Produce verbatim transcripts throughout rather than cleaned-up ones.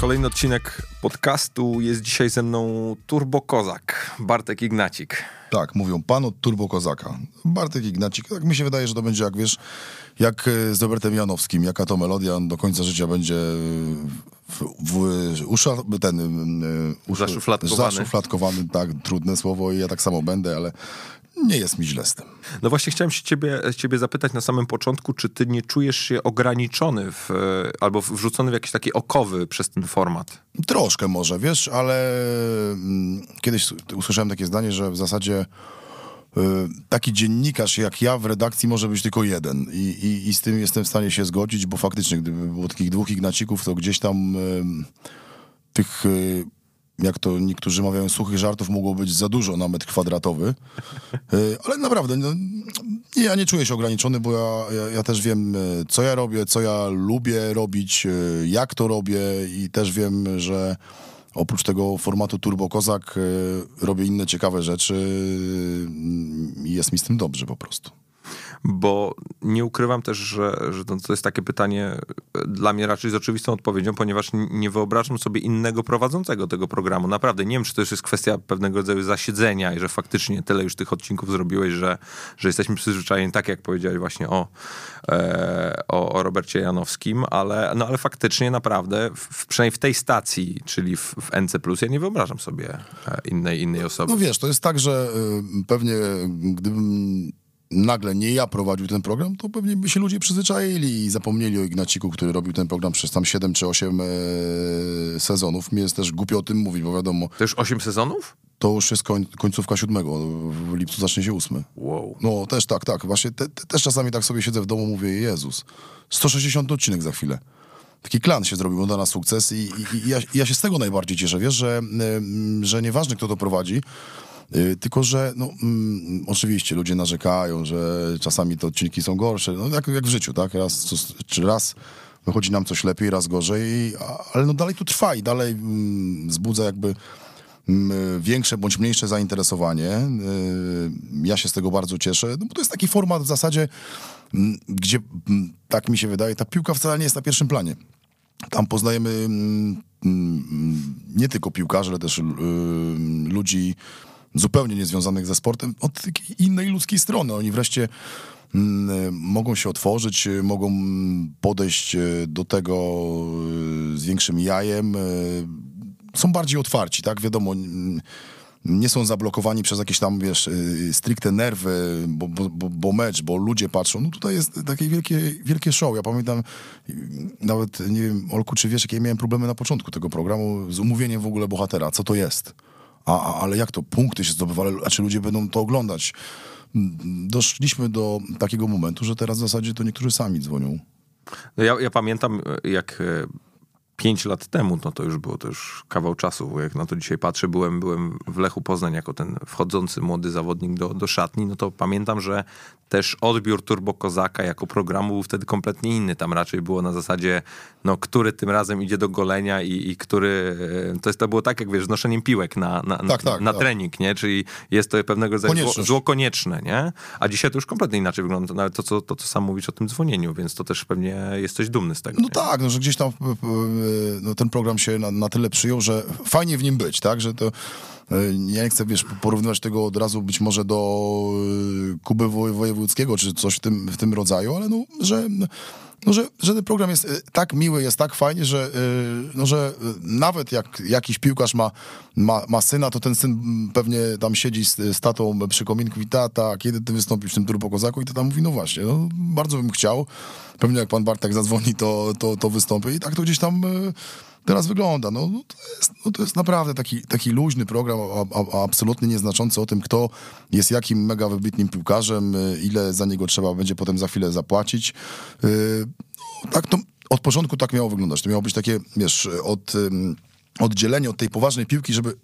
Kolejny odcinek podcastu. Jest dzisiaj ze mną Turbo Kozak, Bartek Ignacik. Tak, mówią pan od Turbo Kozaka. Bartek Ignacik. Tak mi się wydaje, że to będzie jak, wiesz, jak z Robertem Janowskim. Jaka to melodia do końca życia będzie w, w, usza, ten... Usz, zaszufladkowany. Zaszufladkowany, tak, trudne słowo i ja tak samo będę, ale nie jest mi źle z tym. No właśnie chciałem się ciebie, ciebie zapytać na samym początku, czy ty nie czujesz się ograniczony w, albo wrzucony w jakieś takie okowy przez ten format? Troszkę może, wiesz, ale mm, kiedyś usłyszałem takie zdanie, że w zasadzie y, taki dziennikarz jak ja w redakcji może być tylko jeden I, i, i z tym jestem w stanie się zgodzić, bo faktycznie gdyby było takich dwóch Ignacików, to gdzieś tam y, tych... Y, jak to niektórzy mawiają, suchych żartów mogło być za dużo na metr kwadratowy. Ale naprawdę, no, ja nie czuję się ograniczony, bo ja, ja, ja też wiem, co ja robię, co ja lubię robić, jak to robię i też wiem, że oprócz tego formatu Turbo Kozak robię inne ciekawe rzeczy i jest mi z tym dobrze po prostu. Bo nie ukrywam też, że, że to, to jest takie pytanie dla mnie raczej z oczywistą odpowiedzią, ponieważ nie wyobrażam sobie innego prowadzącego tego programu. Naprawdę, nie wiem, czy to już jest kwestia pewnego rodzaju zasiedzenia i że faktycznie tyle już tych odcinków zrobiłeś, że, że jesteśmy przyzwyczajeni, tak jak powiedziałeś właśnie o, e, o, o Robercie Janowskim, ale, no, ale faktycznie naprawdę, w, przynajmniej w tej stacji, czyli w, w N C plus, ja nie wyobrażam sobie innej, innej osoby. No wiesz, to jest tak, że y, pewnie gdybym nagle nie ja prowadził ten program, to pewnie by się ludzie przyzwyczaili i zapomnieli o Ignaciku, który robił ten program przez tam siedem czy osiem e, sezonów. Mi jest też głupio o tym mówić, bo wiadomo... To już osiem sezonów? To już jest koń, końcówka siódmego, w lipcu zacznie się ósmy. Wow. No też tak, tak. Właśnie te, te, też czasami tak sobie siedzę w domu, mówię, Jezus, sto sześćdziesiąty odcinek za chwilę. Taki klan się zrobił, on na sukces i, i, i ja, ja się z tego najbardziej cieszę, wiesz, że, że nieważne kto to prowadzi, tylko, że no, mm, oczywiście ludzie narzekają, że czasami te odcinki są gorsze, no jak, jak w życiu, tak? Raz, czy raz wychodzi nam coś lepiej, raz gorzej, ale no dalej tu trwa i dalej mm, wzbudza jakby mm, większe bądź mniejsze zainteresowanie. Yy, ja się z tego bardzo cieszę, no bo to jest taki format w zasadzie, mm, gdzie mm, tak mi się wydaje, ta piłka wcale nie jest na pierwszym planie. Tam poznajemy mm, mm, nie tylko piłkarzy, ale też yy, ludzi zupełnie niezwiązanych ze sportem, od innej ludzkiej strony. Oni wreszcie mm, mogą się otworzyć, mogą podejść do tego z większym jajem. Są bardziej otwarci, tak? Wiadomo, nie są zablokowani przez jakieś tam, wiesz, stricte nerwy, bo, bo, bo mecz, bo ludzie patrzą. No tutaj jest takie wielkie, wielkie show. Ja pamiętam nawet, nie wiem, Olku, czy wiesz, jakie miałem problemy na początku tego programu z umówieniem w ogóle bohatera. Co to jest? A, a, ale jak to? Punkty się zdobywa, a czy ludzie będą to oglądać? Doszliśmy do takiego momentu, że teraz w zasadzie to niektórzy sami dzwonią. No ja, ja pamiętam, jak pięć lat temu, no to już było to już kawał czasu, bo jak na to dzisiaj patrzę, byłem, byłem w Lechu Poznań jako ten wchodzący młody zawodnik do, do szatni, no to pamiętam, że też odbiór Turbo Kozaka jako programu był wtedy kompletnie inny. Tam raczej było na zasadzie, no, który tym razem idzie do golenia i, i który... To, jest, to było tak, jak wiesz, znoszeniem piłek na, na, tak, tak, na tak. trening, nie? Czyli jest to pewnego rodzaju zło, zło konieczne, nie? A dzisiaj to już kompletnie inaczej wygląda. Nawet to, co, to, co sam mówisz o tym dzwonieniu, więc to też pewnie jesteś dumny z tego. No nie? tak, no, że gdzieś tam no, ten program się na, na tyle przyjął, że fajnie w nim być, tak? Że to ja nie chcę, wiesz, porównywać tego od razu być może do Kuby Wojewódzkiego, czy coś w tym, w tym rodzaju, ale no, że, no, że, że ten program jest tak miły, jest tak fajnie, że, no, że nawet jak jakiś piłkarz ma, ma, ma syna, to ten syn pewnie tam siedzi z, z tatą przy kominku i tata, kiedy ty wystąpisz w tym Turbo Kozaku? I tata mówi, no właśnie, no, bardzo bym chciał. Pewnie jak pan Bartek zadzwoni, to, to, to wystąpię i tak to gdzieś tam teraz wygląda. No, no, to, jest, no to jest naprawdę taki, taki luźny program, a, a, a absolutnie nieznaczący o tym, kto jest jakim mega wybitnym piłkarzem, ile za niego trzeba będzie potem za chwilę zapłacić. Yy, no, tak to od początku tak miało wyglądać. To miało być takie, wiesz, od... Yy, oddzielenie od tej poważnej piłki, żeby no,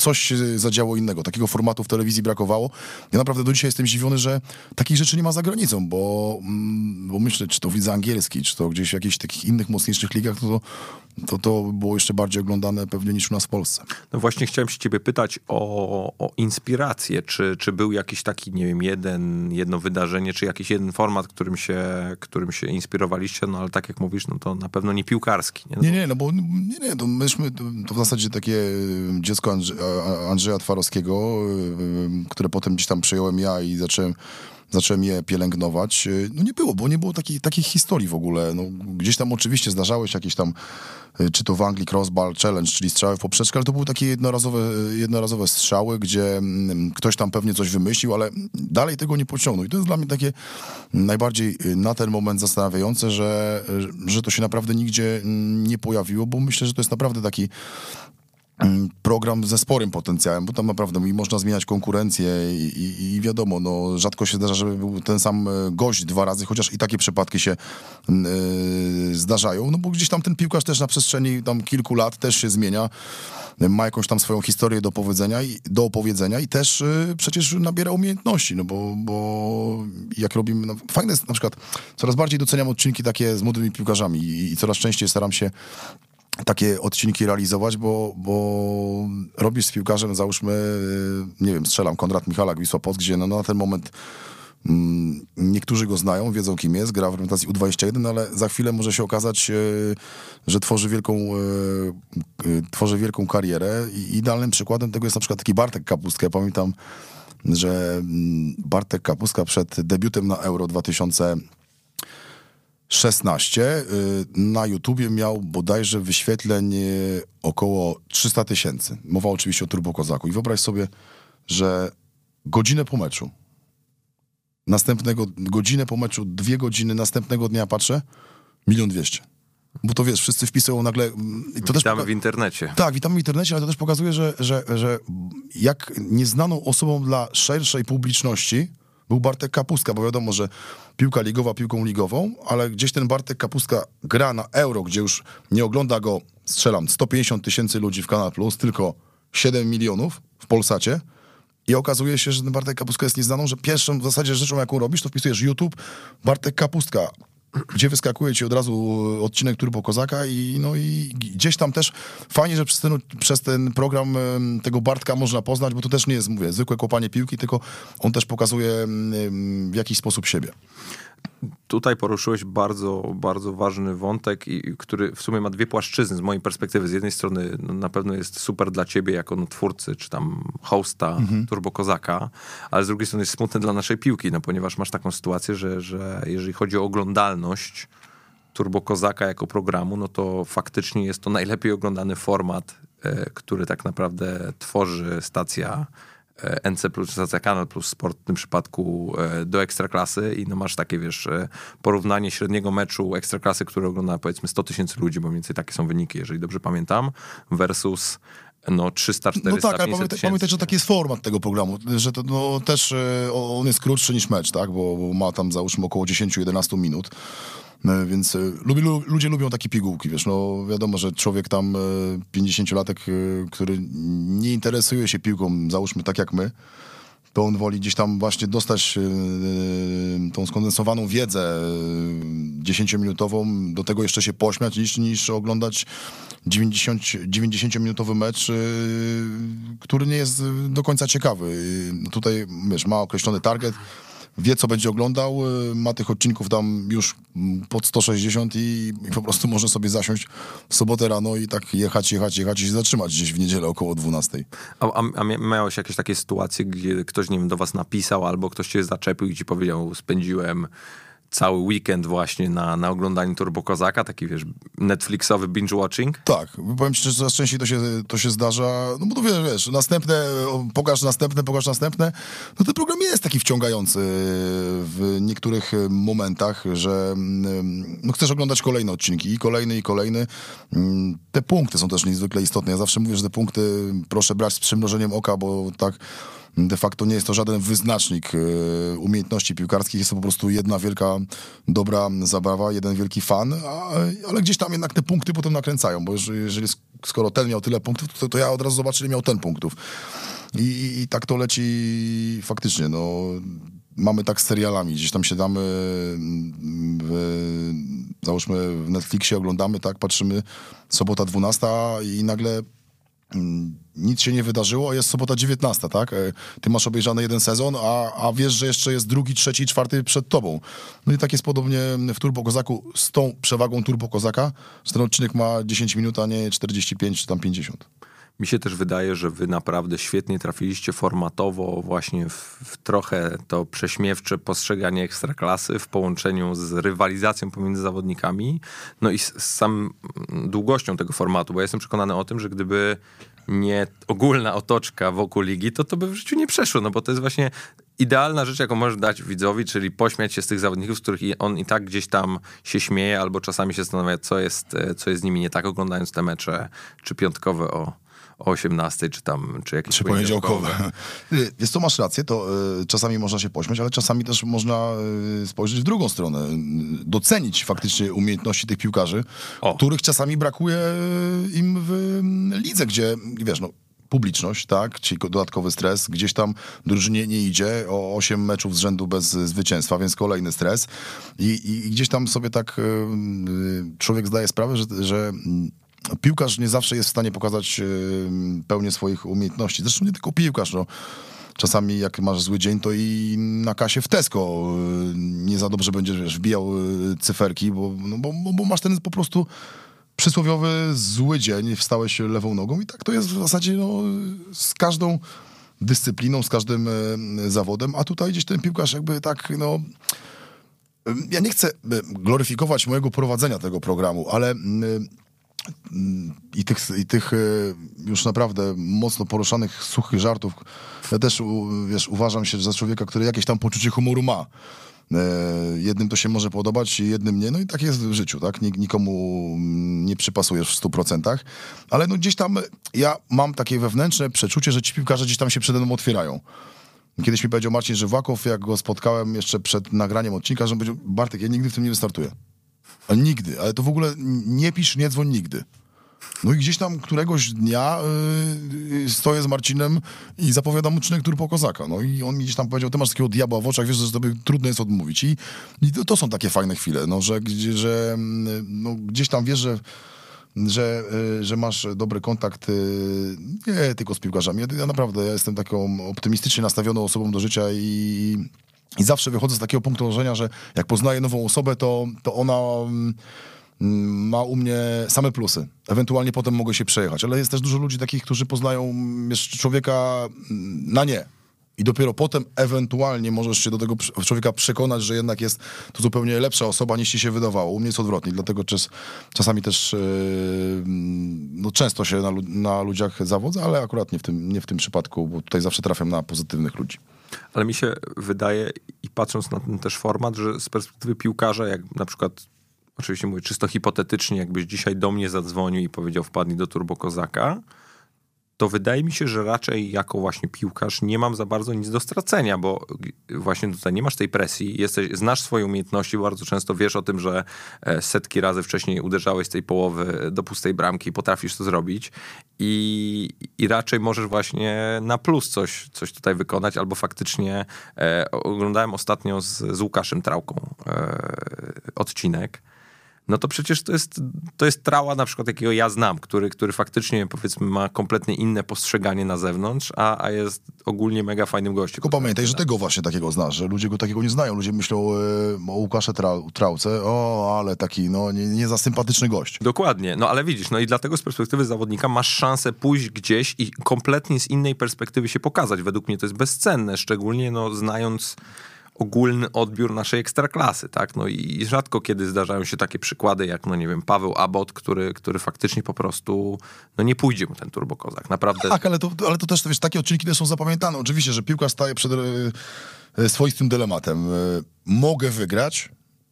coś się zadziało innego. Takiego formatu w telewizji brakowało. Ja naprawdę do dzisiaj jestem zdziwiony, że takich rzeczy nie ma za granicą, bo, bo myślę, czy to w lidze angielskiej, czy to gdzieś w jakichś takich innych, mocniejszych ligach, to, to, to było jeszcze bardziej oglądane pewnie niż u nas w Polsce. No właśnie chciałem się ciebie pytać o, o inspirację. Czy, czy był jakiś taki, nie wiem, jeden, jedno wydarzenie, czy jakiś jeden format, którym się, którym się inspirowaliście, no ale tak jak mówisz, no to na pewno nie piłkarski. Nie, no, nie, nie, no bo nie, nie, to myśmy, to w zasadzie takie dziecko Andrze- Andrzeja Twarowskiego, które potem gdzieś tam przejąłem ja i zacząłem zacząłem je pielęgnować. No nie było, bo nie było takiej, takich historii w ogóle. No, gdzieś tam oczywiście zdarzały się jakieś tam, czy to w Anglii crossbar challenge, czyli strzały w poprzeczkę, ale to były takie jednorazowe, jednorazowe strzały, gdzie ktoś tam pewnie coś wymyślił, ale dalej tego nie pociągnął. I to jest dla mnie takie najbardziej na ten moment zastanawiające, że, że to się naprawdę nigdzie nie pojawiło, bo myślę, że to jest naprawdę taki program ze sporym potencjałem, bo tam naprawdę można zmieniać konkurencję i, i, i wiadomo, no rzadko się zdarza, żeby był ten sam gość dwa razy, chociaż i takie przypadki się yy, zdarzają, no bo gdzieś tam ten piłkarz też na przestrzeni tam kilku lat też się zmienia, ma jakąś tam swoją historię do powiedzenia i, do opowiedzenia i też yy, przecież nabiera umiejętności, no bo, bo jak robimy, no, fajne jest na przykład, coraz bardziej doceniam odcinki takie z młodymi piłkarzami i, i coraz częściej staram się takie odcinki realizować, bo, bo robisz z piłkarzem, załóżmy, nie wiem, strzelam, Konrad Michalak, Wisła Płock, gdzie no, na ten moment mm, niektórzy go znają, wiedzą kim jest, gra w reprezentacji U dwadzieścia jeden, ale za chwilę może się okazać, e, że tworzy wielką, e, e, tworzy wielką karierę i idealnym przykładem tego jest na przykład taki Bartek Kapustka. Ja pamiętam, że Bartek Kapustka przed debiutem na Euro dwa tysiące szesnaście na YouTubie miał bodajże wyświetleń około trzysta tysięcy. Mowa oczywiście o Turbo Kozaku. I wyobraź sobie, że godzinę po meczu, następnego, godzinę po meczu, dwie godziny, następnego dnia patrzę, milion dwieście. Bo to wiesz, wszyscy wpisują nagle... To witamy też w internecie. Tak, witamy w internecie, ale to też pokazuje, że, że, że jak nieznaną osobą dla szerszej publiczności był Bartek Kapustka, bo wiadomo, że piłka ligowa piłką ligową, ale gdzieś ten Bartek Kapustka gra na Euro, gdzie już nie ogląda go, strzelam, sto pięćdziesiąt tysięcy ludzi w Kanal Plus, tylko siedem milionów w Polsacie i okazuje się, że ten Bartek Kapustka jest nieznaną, że pierwszą w zasadzie rzeczą, jaką robisz, to wpisujesz YouTube Bartek Kapustka, gdzie wyskakuje ci od razu odcinek Turbo Kozaka i no i gdzieś tam też fajnie, że przez ten, przez ten program tego Bartka można poznać, bo to też nie jest, mówię, zwykłe kopanie piłki, tylko on też pokazuje w jakiś sposób siebie. Tutaj poruszyłeś bardzo, bardzo ważny wątek, i, który w sumie ma dwie płaszczyzny z mojej perspektywy. Z jednej strony no, na pewno jest super dla ciebie jako no, twórcy, czy tam hosta mhm. Turbo Kozaka, ale z drugiej strony jest smutny dla naszej piłki, no, ponieważ masz taką sytuację, że, że jeżeli chodzi o oglądalność Turbo Kozaka jako programu, no to faktycznie jest to najlepiej oglądany format, e, który tak naprawdę tworzy stacja N C plus, stacja Kanal Plus Sport w tym przypadku do Ekstraklasy i no masz takie, wiesz, porównanie średniego meczu Ekstraklasy, który ogląda powiedzmy sto tysięcy ludzi, bo mniej więcej takie są wyniki, jeżeli dobrze pamiętam, versus no trzysta, czterysta, no tak, ale pamiętaj, pamiętaj, że taki jest format tego programu, że to no, też on jest krótszy niż mecz, tak, bo, bo ma tam załóżmy około dziesięć do jedenastu minut. Więc lubi, ludzie lubią takie pigułki, wiesz, no wiadomo, że człowiek tam pięćdziesięciolatek, który nie interesuje się piłką, załóżmy tak jak my, to on woli gdzieś tam właśnie dostać tą skondensowaną wiedzę dziesięciominutową, do tego jeszcze się pośmiać, niż, niż oglądać dziewięćdziesięciominutowy mecz, który nie jest do końca ciekawy. Tutaj, wiesz, ma określony target, wie, co będzie oglądał, ma tych odcinków tam już pod sto sześćdziesiąt i, i po prostu może sobie zasiąść w sobotę rano i tak jechać, jechać, jechać i się zatrzymać gdzieś w niedzielę około dwunastej. A, a, a miałeś jakieś takie sytuacje, gdzie ktoś, nie wiem, do was napisał albo ktoś cię zaczepił i ci powiedział, spędziłem cały weekend właśnie na, na oglądaniu Turbo Kozaka, taki, wiesz, Netflixowy binge-watching? Tak, powiem ci, że coraz częściej to się, to się zdarza, no bo to wiesz, wiesz, następne, pokaż następne, pokaż następne, no ten program jest taki wciągający w niektórych momentach, że no chcesz oglądać kolejne odcinki i kolejny, i kolejny. Te punkty są też niezwykle istotne. Ja zawsze mówię, że te punkty proszę brać z przymrożeniem oka, bo tak de facto nie jest to żaden wyznacznik y, umiejętności piłkarskich, jest to po prostu jedna wielka, dobra zabawa, jeden wielki fan, a, ale gdzieś tam jednak te punkty potem nakręcają, bo jeżeli, jeżeli skoro ten miał tyle punktów, to, to ja od razu zobaczę, ile miał ten punktów. I, i, i tak to leci faktycznie, no... Mamy tak z serialami, gdzieś tam siadamy, w, załóżmy w Netflixie, oglądamy, tak, patrzymy, sobota dwunasta i nagle mm, nic się nie wydarzyło, jest sobota dziewiętnasta, tak? Ty masz obejrzany jeden sezon, a, a wiesz, że jeszcze jest drugi, trzeci, czwarty przed tobą. No i tak jest podobnie w Turbo Kozaku z tą przewagą Turbo Kozaka, że ten odcinek ma dziesięć minut, a nie czterdzieści pięć czy tam pięćdziesiąt. Mi się też wydaje, że wy naprawdę świetnie trafiliście formatowo właśnie w, w trochę to prześmiewcze postrzeganie Ekstraklasy w połączeniu z rywalizacją pomiędzy zawodnikami, no i z, z samą długością tego formatu, bo ja jestem przekonany o tym, że gdyby nie ogólna otoczka wokół ligi, to to by w życiu nie przeszło, no bo to jest właśnie idealna rzecz, jaką możesz dać widzowi, czyli pośmiać się z tych zawodników, z których on i tak gdzieś tam się śmieje, albo czasami się zastanawia, co jest, co jest z nimi nie tak, oglądając te mecze, czy piątkowe o o osiemnastej, czy tam, czy jakieś czy poniedziałkowe. Jest to, masz rację, to y, czasami można się pośmiać, ale czasami też można y, spojrzeć w drugą stronę, y, docenić faktycznie umiejętności tych piłkarzy, o. których czasami brakuje y, im w y, lidze, gdzie, wiesz, no, publiczność, tak, czyli dodatkowy stres, gdzieś tam drużynie nie idzie, o osiem meczów z rzędu bez zwycięstwa, więc kolejny stres i, i, i gdzieś tam sobie tak y, y, człowiek zdaje sprawę, że, że piłkarz nie zawsze jest w stanie pokazać y, pełnię swoich umiejętności. Zresztą nie tylko piłkarz, no. Czasami jak masz zły dzień, to i na kasie w Tesco y, nie za dobrze będziesz, wiesz, wbijał y, cyferki, bo, no, bo, bo masz ten po prostu przysłowiowy zły dzień, wstałeś lewą nogą i tak to jest w zasadzie no, z każdą dyscypliną, z każdym y, zawodem, a tutaj gdzieś ten piłkarz jakby tak, no... Ja nie chcę gloryfikować mojego prowadzenia tego programu, ale... Y, I tych, I tych już naprawdę mocno poruszanych, suchych żartów. Ja też, wiesz, uważam się za człowieka, który jakieś tam poczucie humoru ma. Jednym to się może podobać, jednym nie. No i tak jest w życiu, tak? Nikomu nie przypasujesz w stu procentach. Ale no gdzieś tam ja mam takie wewnętrzne przeczucie, że ci piłkarze gdzieś tam się przede mną otwierają. Kiedyś mi powiedział Marcin Żywłakow, jak go spotkałem jeszcze przed nagraniem odcinka, że powiedział: Bartek, ja nigdy w tym nie wystartuję. A nigdy, ale to w ogóle nie pisz, nie dzwoń nigdy. No i gdzieś tam któregoś dnia yy, stoję z Marcinem i zapowiadam odcinek Turbo Kozaka. No i on mi gdzieś tam powiedział: ty masz takiego diabła w oczach, wiesz, że tobie trudno jest odmówić. I, i to, to są takie fajne chwile, no, że, że no, gdzieś tam wiesz, że, że, yy, że masz dobry kontakt yy, nie tylko z piłkarzami. Ja, ja naprawdę ja jestem taką optymistycznie nastawioną osobą do życia i I zawsze wychodzę z takiego punktu widzenia, że jak poznaję nową osobę, to, to ona mm, ma u mnie same plusy. Ewentualnie potem mogę się przejechać. Ale jest też dużo ludzi takich, którzy poznają jeszcze człowieka na nie. I dopiero potem ewentualnie możesz się do tego człowieka przekonać, że jednak jest to zupełnie lepsza osoba, niż ci się wydawało. U mnie jest odwrotnie, dlatego czas, czasami też yy, no, często się na, na ludziach zawodzę, ale akurat nie w tym, nie w tym przypadku, bo tutaj zawsze trafiam na pozytywnych ludzi. Ale mi się wydaje, i patrząc na ten też format, że z perspektywy piłkarza, jak na przykład, oczywiście mówię czysto hipotetycznie, jakbyś dzisiaj do mnie zadzwonił i powiedział: wpadnij do Turbo Kozaka, to wydaje mi się, że raczej jako właśnie piłkarz nie mam za bardzo nic do stracenia, bo właśnie tutaj nie masz tej presji, jesteś, znasz swoje umiejętności, bardzo często wiesz o tym, że setki razy wcześniej uderzałeś z tej połowy do pustej bramki i potrafisz to zrobić i, i raczej możesz właśnie na plus coś, coś tutaj wykonać, albo faktycznie e, oglądałem ostatnio z, z Łukaszem Trałką e, odcinek. No to przecież to jest, to jest Trała na przykład, jakiego ja znam, który, który faktycznie, powiedzmy, ma kompletnie inne postrzeganie na zewnątrz, a, a jest ogólnie mega fajnym gościem. Tylko pamiętaj, że tego właśnie takiego znasz, że ludzie go takiego nie znają. Ludzie myślą e, o Łukaszu Trał, Trałce, o, ale taki, no, nie, nie za sympatyczny gość. Dokładnie, no ale widzisz, no i dlatego z perspektywy zawodnika masz szansę pójść gdzieś i kompletnie z innej perspektywy się pokazać. Według mnie to jest bezcenne, szczególnie no, znając ogólny odbiór naszej ekstraklasy, tak? No i rzadko kiedy zdarzają się takie przykłady jak, no nie wiem, Paweł Abot, który, który faktycznie po prostu, no nie pójdzie mu ten Turbo Kozak, naprawdę. Tak, ale to, ale to też, wiesz, takie odcinki też są zapamiętane. Oczywiście, że piłkarz staje przed e, swoistym dylematem. E, mogę wygrać,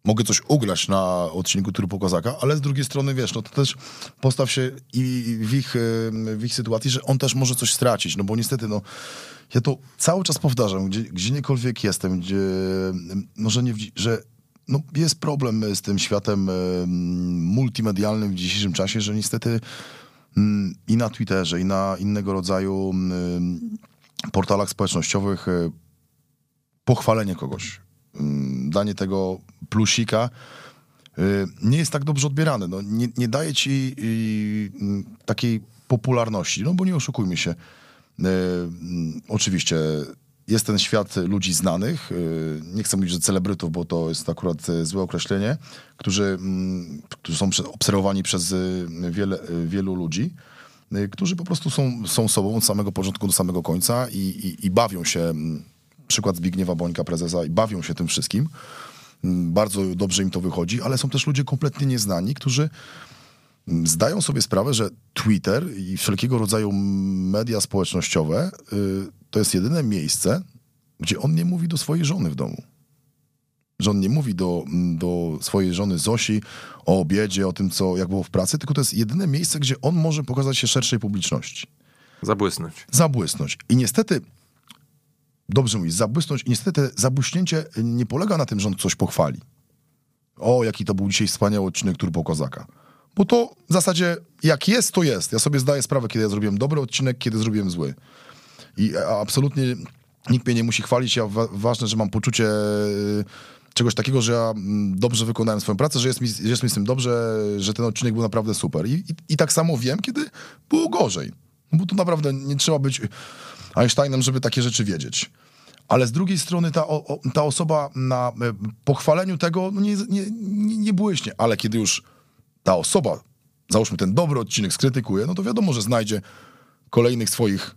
mogę coś ugrać na odcinku Trupu Kozaka, ale z drugiej strony, wiesz, no to też postaw się i w ich, w ich sytuacji, że on też może coś stracić, no bo niestety, no, ja to cały czas powtarzam, gdzie, gdziekolwiek jestem, gdzie, może nie, że no, jest problem z tym światem multimedialnym w dzisiejszym czasie, że niestety i na Twitterze, i na innego rodzaju portalach społecznościowych pochwalenie kogoś, danie tego plusika nie jest tak dobrze odbierane. No, nie, nie daje ci takiej popularności, no bo nie oszukujmy się. Oczywiście jest ten świat ludzi znanych, nie chcę mówić, że celebrytów, bo to jest akurat złe określenie, którzy, którzy są obserwowani przez wiele, wielu ludzi, którzy po prostu są, są sobą od samego początku do samego końca i, i, i bawią się, przykład Zbigniewa Bońka, prezesa, i bawią się tym wszystkim. Bardzo dobrze im to wychodzi, ale są też ludzie kompletnie nieznani, którzy zdają sobie sprawę, że Twitter i wszelkiego rodzaju media społecznościowe y, to jest jedyne miejsce, gdzie on nie mówi do swojej żony w domu. Że on nie mówi do, do swojej żony Zosi o obiedzie, o tym, co, jak było w pracy, tylko to jest jedyne miejsce, gdzie on może pokazać się szerszej publiczności. Zabłysnąć. Zabłysnąć. I niestety, dobrze mówisz, zabłysnąć, i niestety zabłyśnięcie nie polega na tym, że on coś pochwali. O, jaki to był dzisiaj wspaniały odcinek Turbo Kozaka. Bo to w zasadzie jak jest, to jest. Ja sobie zdaję sprawę, kiedy ja zrobiłem dobry odcinek, kiedy zrobiłem zły. I absolutnie nikt mnie nie musi chwalić. Ja wa- ważne, że mam poczucie czegoś takiego, że ja dobrze wykonałem swoją pracę, że jest mi, że jest mi z tym dobrze, że ten odcinek był naprawdę super. I, i, i tak samo wiem, kiedy było gorzej. Bo to naprawdę nie trzeba być Einsteinem, żeby takie rzeczy wiedzieć. Ale z drugiej strony ta, o, ta osoba na pochwaleniu tego no nie, nie, nie, nie błyśnie. Ale kiedy już ta osoba, załóżmy ten dobry odcinek, skrytykuje, no to wiadomo, że znajdzie kolejnych swoich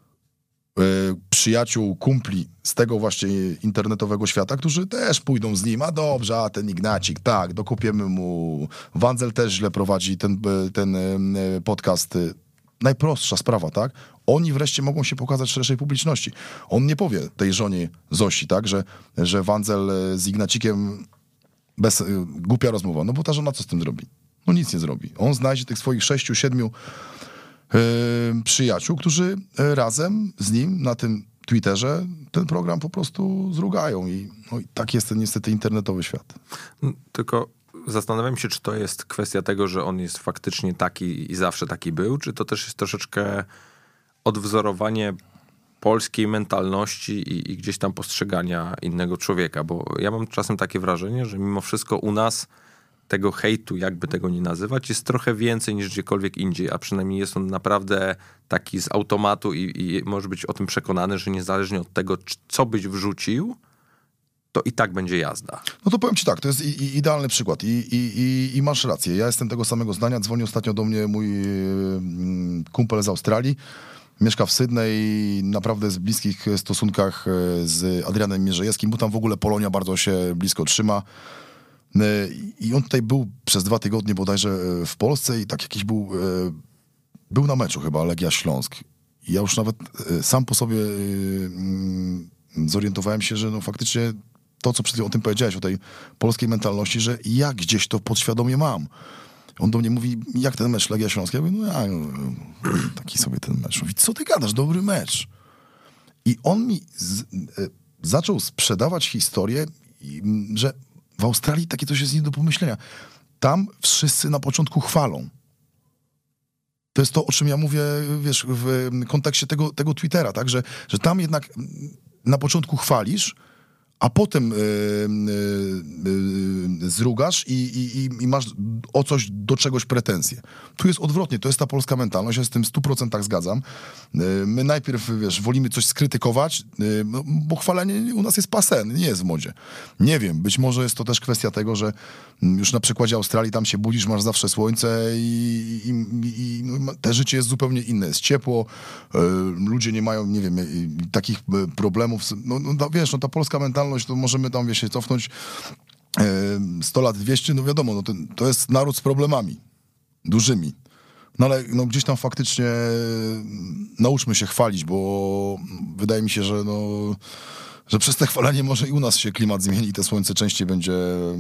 y, przyjaciół, kumpli z tego właśnie internetowego świata, którzy też pójdą z nim, a dobrze, a ten Ignacik, tak, dokupiemy mu, Wandzel też źle prowadzi ten, ten y, podcast. Najprostsza sprawa, tak? Oni wreszcie mogą się pokazać szerszej publiczności. On nie powie tej żonie Zosi, tak, że, że Wandzel z Ignacikiem bez, y, głupia rozmowa, no bo ta żona co z tym zrobi? No nic nie zrobi. On znajdzie tych swoich sześciu, siedmiu yy, przyjaciół, którzy razem z nim na tym Twitterze ten program po prostu zrugają. I, no, i tak jest ten niestety internetowy świat. Tylko zastanawiam się, czy to jest kwestia tego, że on jest faktycznie taki i zawsze taki był, czy to też jest troszeczkę odwzorowanie polskiej mentalności i, i gdzieś tam postrzegania innego człowieka, bo ja mam czasem takie wrażenie, że mimo wszystko u nas tego hejtu, jakby tego nie nazywać, jest trochę więcej niż gdziekolwiek indziej, a przynajmniej jest on naprawdę taki z automatu i, i może być o tym przekonany, że niezależnie od tego, co byś wrzucił, to i tak będzie jazda. No to powiem ci tak, to jest i, i idealny przykład I, i, i, i masz rację. Ja jestem tego samego zdania. Dzwonił ostatnio do mnie mój mm, kumpel z Australii. Mieszka w Sydney, naprawdę w bliskich stosunkach z Adrianem Mierzejewskim, bo tam w ogóle Polonia bardzo się blisko trzyma. I on tutaj był przez dwa tygodnie bodajże w Polsce i tak jakiś był, był na meczu chyba Legia Śląsk. I ja już nawet sam po sobie zorientowałem się, że no faktycznie to, co przed chwilą o tym powiedziałeś, o tej polskiej mentalności, że ja gdzieś to podświadomie mam. On do mnie mówi, jak ten mecz Legia Śląska? Ja mówię, no ja, no, taki sobie ten mecz. Mówi, co ty gadasz, dobry mecz. I on mi z, e, zaczął sprzedawać historię, że w Australii takie coś jest nie do pomyślenia. Tam wszyscy na początku chwalą. To jest to, o czym ja mówię, wiesz, w kontekście tego, tego Twittera, tak? Że, że tam jednak na początku chwalisz, a potem yy, yy, yy, zrugasz i, i, i masz o coś, do czegoś pretensje. Tu jest odwrotnie, to jest ta polska mentalność, ja z tym w stu procentach zgadzam. Yy, my najpierw, wiesz, wolimy coś skrytykować, yy, bo chwalenie u nas jest passé, nie jest w modzie. Nie wiem, być może jest to też kwestia tego, że już na przykładzie Australii tam się budzisz, masz zawsze słońce i, i, i, i no, te życie jest zupełnie inne, jest ciepło, yy, ludzie nie mają, nie wiem, yy, takich yy, problemów. No, no wiesz, no ta polska mentalność, to możemy tam, wiesz, się cofnąć yy, sto lat, dwieście, no wiadomo, no to, to jest naród z problemami dużymi. No ale no, gdzieś tam faktycznie nauczmy się chwalić, bo wydaje mi się, że no, że przez te chwalenie może i u nas się klimat zmieni i te słońce częściej będzie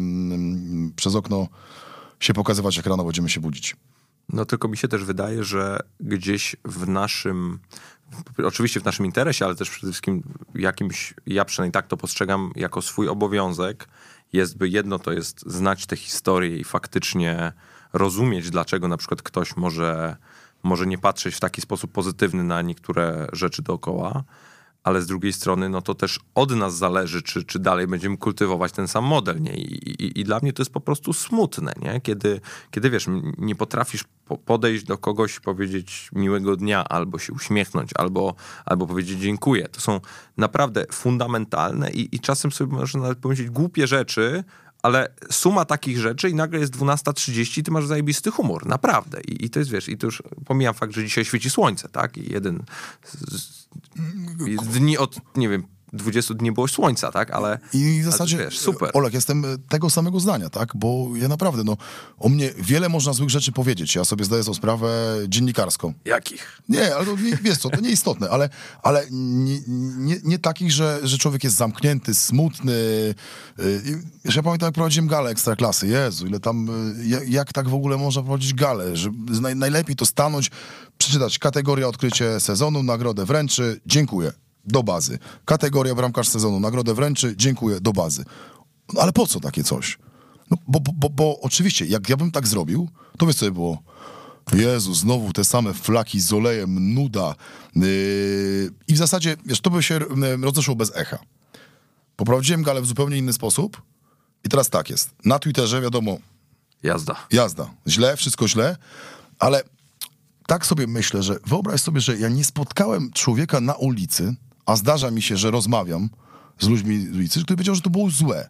mm, przez okno się pokazywać, jak rano będziemy się budzić. No tylko mi się też wydaje, że gdzieś w naszym, oczywiście w naszym interesie, ale też przede wszystkim jakimś, ja przynajmniej tak to postrzegam jako swój obowiązek, jest by jedno to jest znać tę historię i faktycznie rozumieć, dlaczego na przykład ktoś może, może nie patrzeć w taki sposób pozytywny na niektóre rzeczy dookoła, ale z drugiej strony, no to też od nas zależy, czy, czy dalej będziemy kultywować ten sam model, nie? I, i, i dla mnie to jest po prostu smutne, nie? Kiedy, kiedy wiesz, nie potrafisz po, podejść do kogoś i powiedzieć miłego dnia, albo się uśmiechnąć, albo, albo powiedzieć dziękuję. To są naprawdę fundamentalne i, i czasem sobie można nawet powiedzieć głupie rzeczy, ale suma takich rzeczy i nagle jest dwunasta trzydzieści i ty masz zajebisty humor, naprawdę. I, i to jest, wiesz, i to już pomijam fakt, że dzisiaj świeci słońce, tak? I jeden z, z dni od, nie wiem, dwudziestu dni było słońca, tak? Ale i w zasadzie, ale, wiesz, super. Olek, jestem tego samego zdania, tak? Bo ja naprawdę, no, o mnie wiele można złych rzeczy powiedzieć. Ja sobie zdaję sobie sprawę dziennikarską. Jakich? Nie, ale nie, wiesz co, to nieistotne, ale, ale nie, nie, nie takich, że, że człowiek jest zamknięty, smutny. Wiesz, ja pamiętam, jak prowadziłem galę Ekstraklasy. Jezu, ile tam, jak, jak tak w ogóle można prowadzić galę? Że naj, najlepiej to stanąć, przeczytać kategoria odkrycie sezonu, nagrodę wręczy, dziękuję. Do bazy. Kategoria bramkarz sezonu, nagrodę wręczy, dziękuję, do bazy. No ale po co takie coś? No, bo, bo, bo, bo oczywiście, jak ja bym tak zrobił, to wiesz co by było? Jezu, znowu te same flaki z olejem, nuda. Yy, I w zasadzie, wiesz, to by się rozeszło bez echa. Poprowadziłem galę w zupełnie inny sposób i teraz tak jest. Na Twitterze, wiadomo... Jazda. Jazda. Źle, wszystko źle, ale tak sobie myślę, że wyobraź sobie, że ja nie spotkałem człowieka na ulicy, a zdarza mi się, że rozmawiam z ludźmi z ulicy, który powiedział, że to było złe.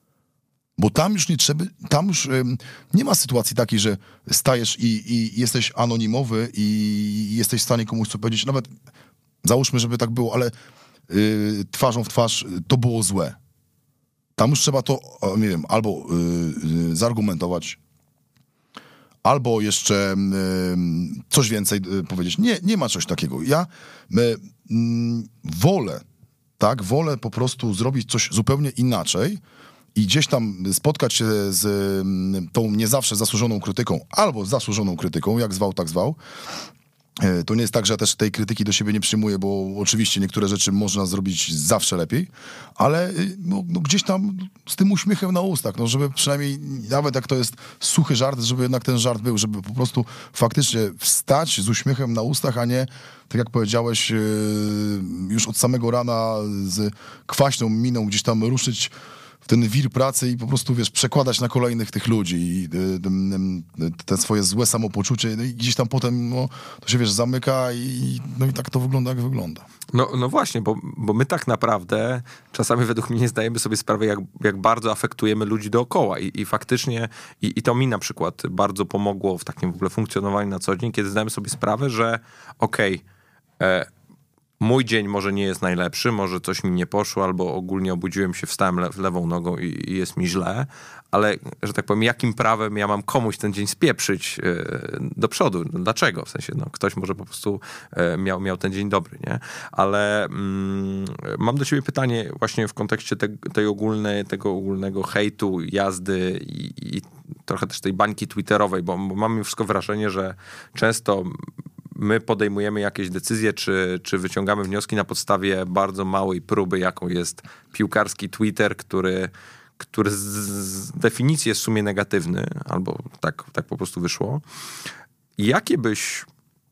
Bo tam już nie trzeba, tam już ym, nie ma sytuacji takiej, że stajesz i, i jesteś anonimowy i jesteś w stanie komuś co powiedzieć. Nawet załóżmy, żeby tak było, ale yy, twarzą w twarz to było złe. Tam już trzeba to, nie wiem, albo yy, yy, zaargumentować, albo jeszcze yy, coś więcej yy, powiedzieć. Nie, nie ma czegoś takiego. Ja yy, yy, wolę, tak, wolę po prostu zrobić coś zupełnie inaczej i gdzieś tam spotkać się z yy, tą nie zawsze zasłużoną krytyką, albo z zasłużoną krytyką, jak zwał, tak zwał. Yy, to nie jest tak, że ja też tej krytyki do siebie nie przyjmuję, bo oczywiście niektóre rzeczy można zrobić zawsze lepiej, ale yy, no, no gdzieś tam z tym uśmiechem na ustach, no żeby przynajmniej, nawet jak to jest suchy żart, żeby jednak ten żart był, żeby po prostu faktycznie wstać z uśmiechem na ustach, a nie, tak jak powiedziałeś, yy, już od samego rana z kwaśną miną gdzieś tam ruszyć w ten wir pracy i po prostu, wiesz, przekładać na kolejnych tych ludzi i y, y, te swoje złe samopoczucie, no i gdzieś tam potem, no, to się, wiesz, zamyka i, no i tak to wygląda, jak wygląda. No, no właśnie, bo, bo my tak naprawdę czasami według mnie nie zdajemy sobie sprawy, jak, jak bardzo afektujemy ludzi dookoła i, i faktycznie, i, i to mi na przykład bardzo pomogło w takim w ogóle funkcjonowaniu na co dzień, kiedy zdajemy sobie sprawę, że okej, okay, mój dzień może nie jest najlepszy, może coś mi nie poszło, albo ogólnie obudziłem się, wstałem le- lewą nogą i, i jest mi źle, ale, że tak powiem, jakim prawem ja mam komuś ten dzień spieprzyć yy, do przodu? No, dlaczego? W sensie, no, ktoś może po prostu yy, miał, miał ten dzień dobry, nie? Ale yy, mam do ciebie pytanie właśnie w kontekście te, tej ogólnej, tego ogólnego hejtu, jazdy i, i trochę też tej bańki twitterowej, bo, bo mam wszystko wrażenie, że często my podejmujemy jakieś decyzje, czy, czy wyciągamy wnioski na podstawie bardzo małej próby, jaką jest piłkarski Twitter, który, który z, z definicji jest w sumie negatywny, albo tak, tak po prostu wyszło. Jakie byś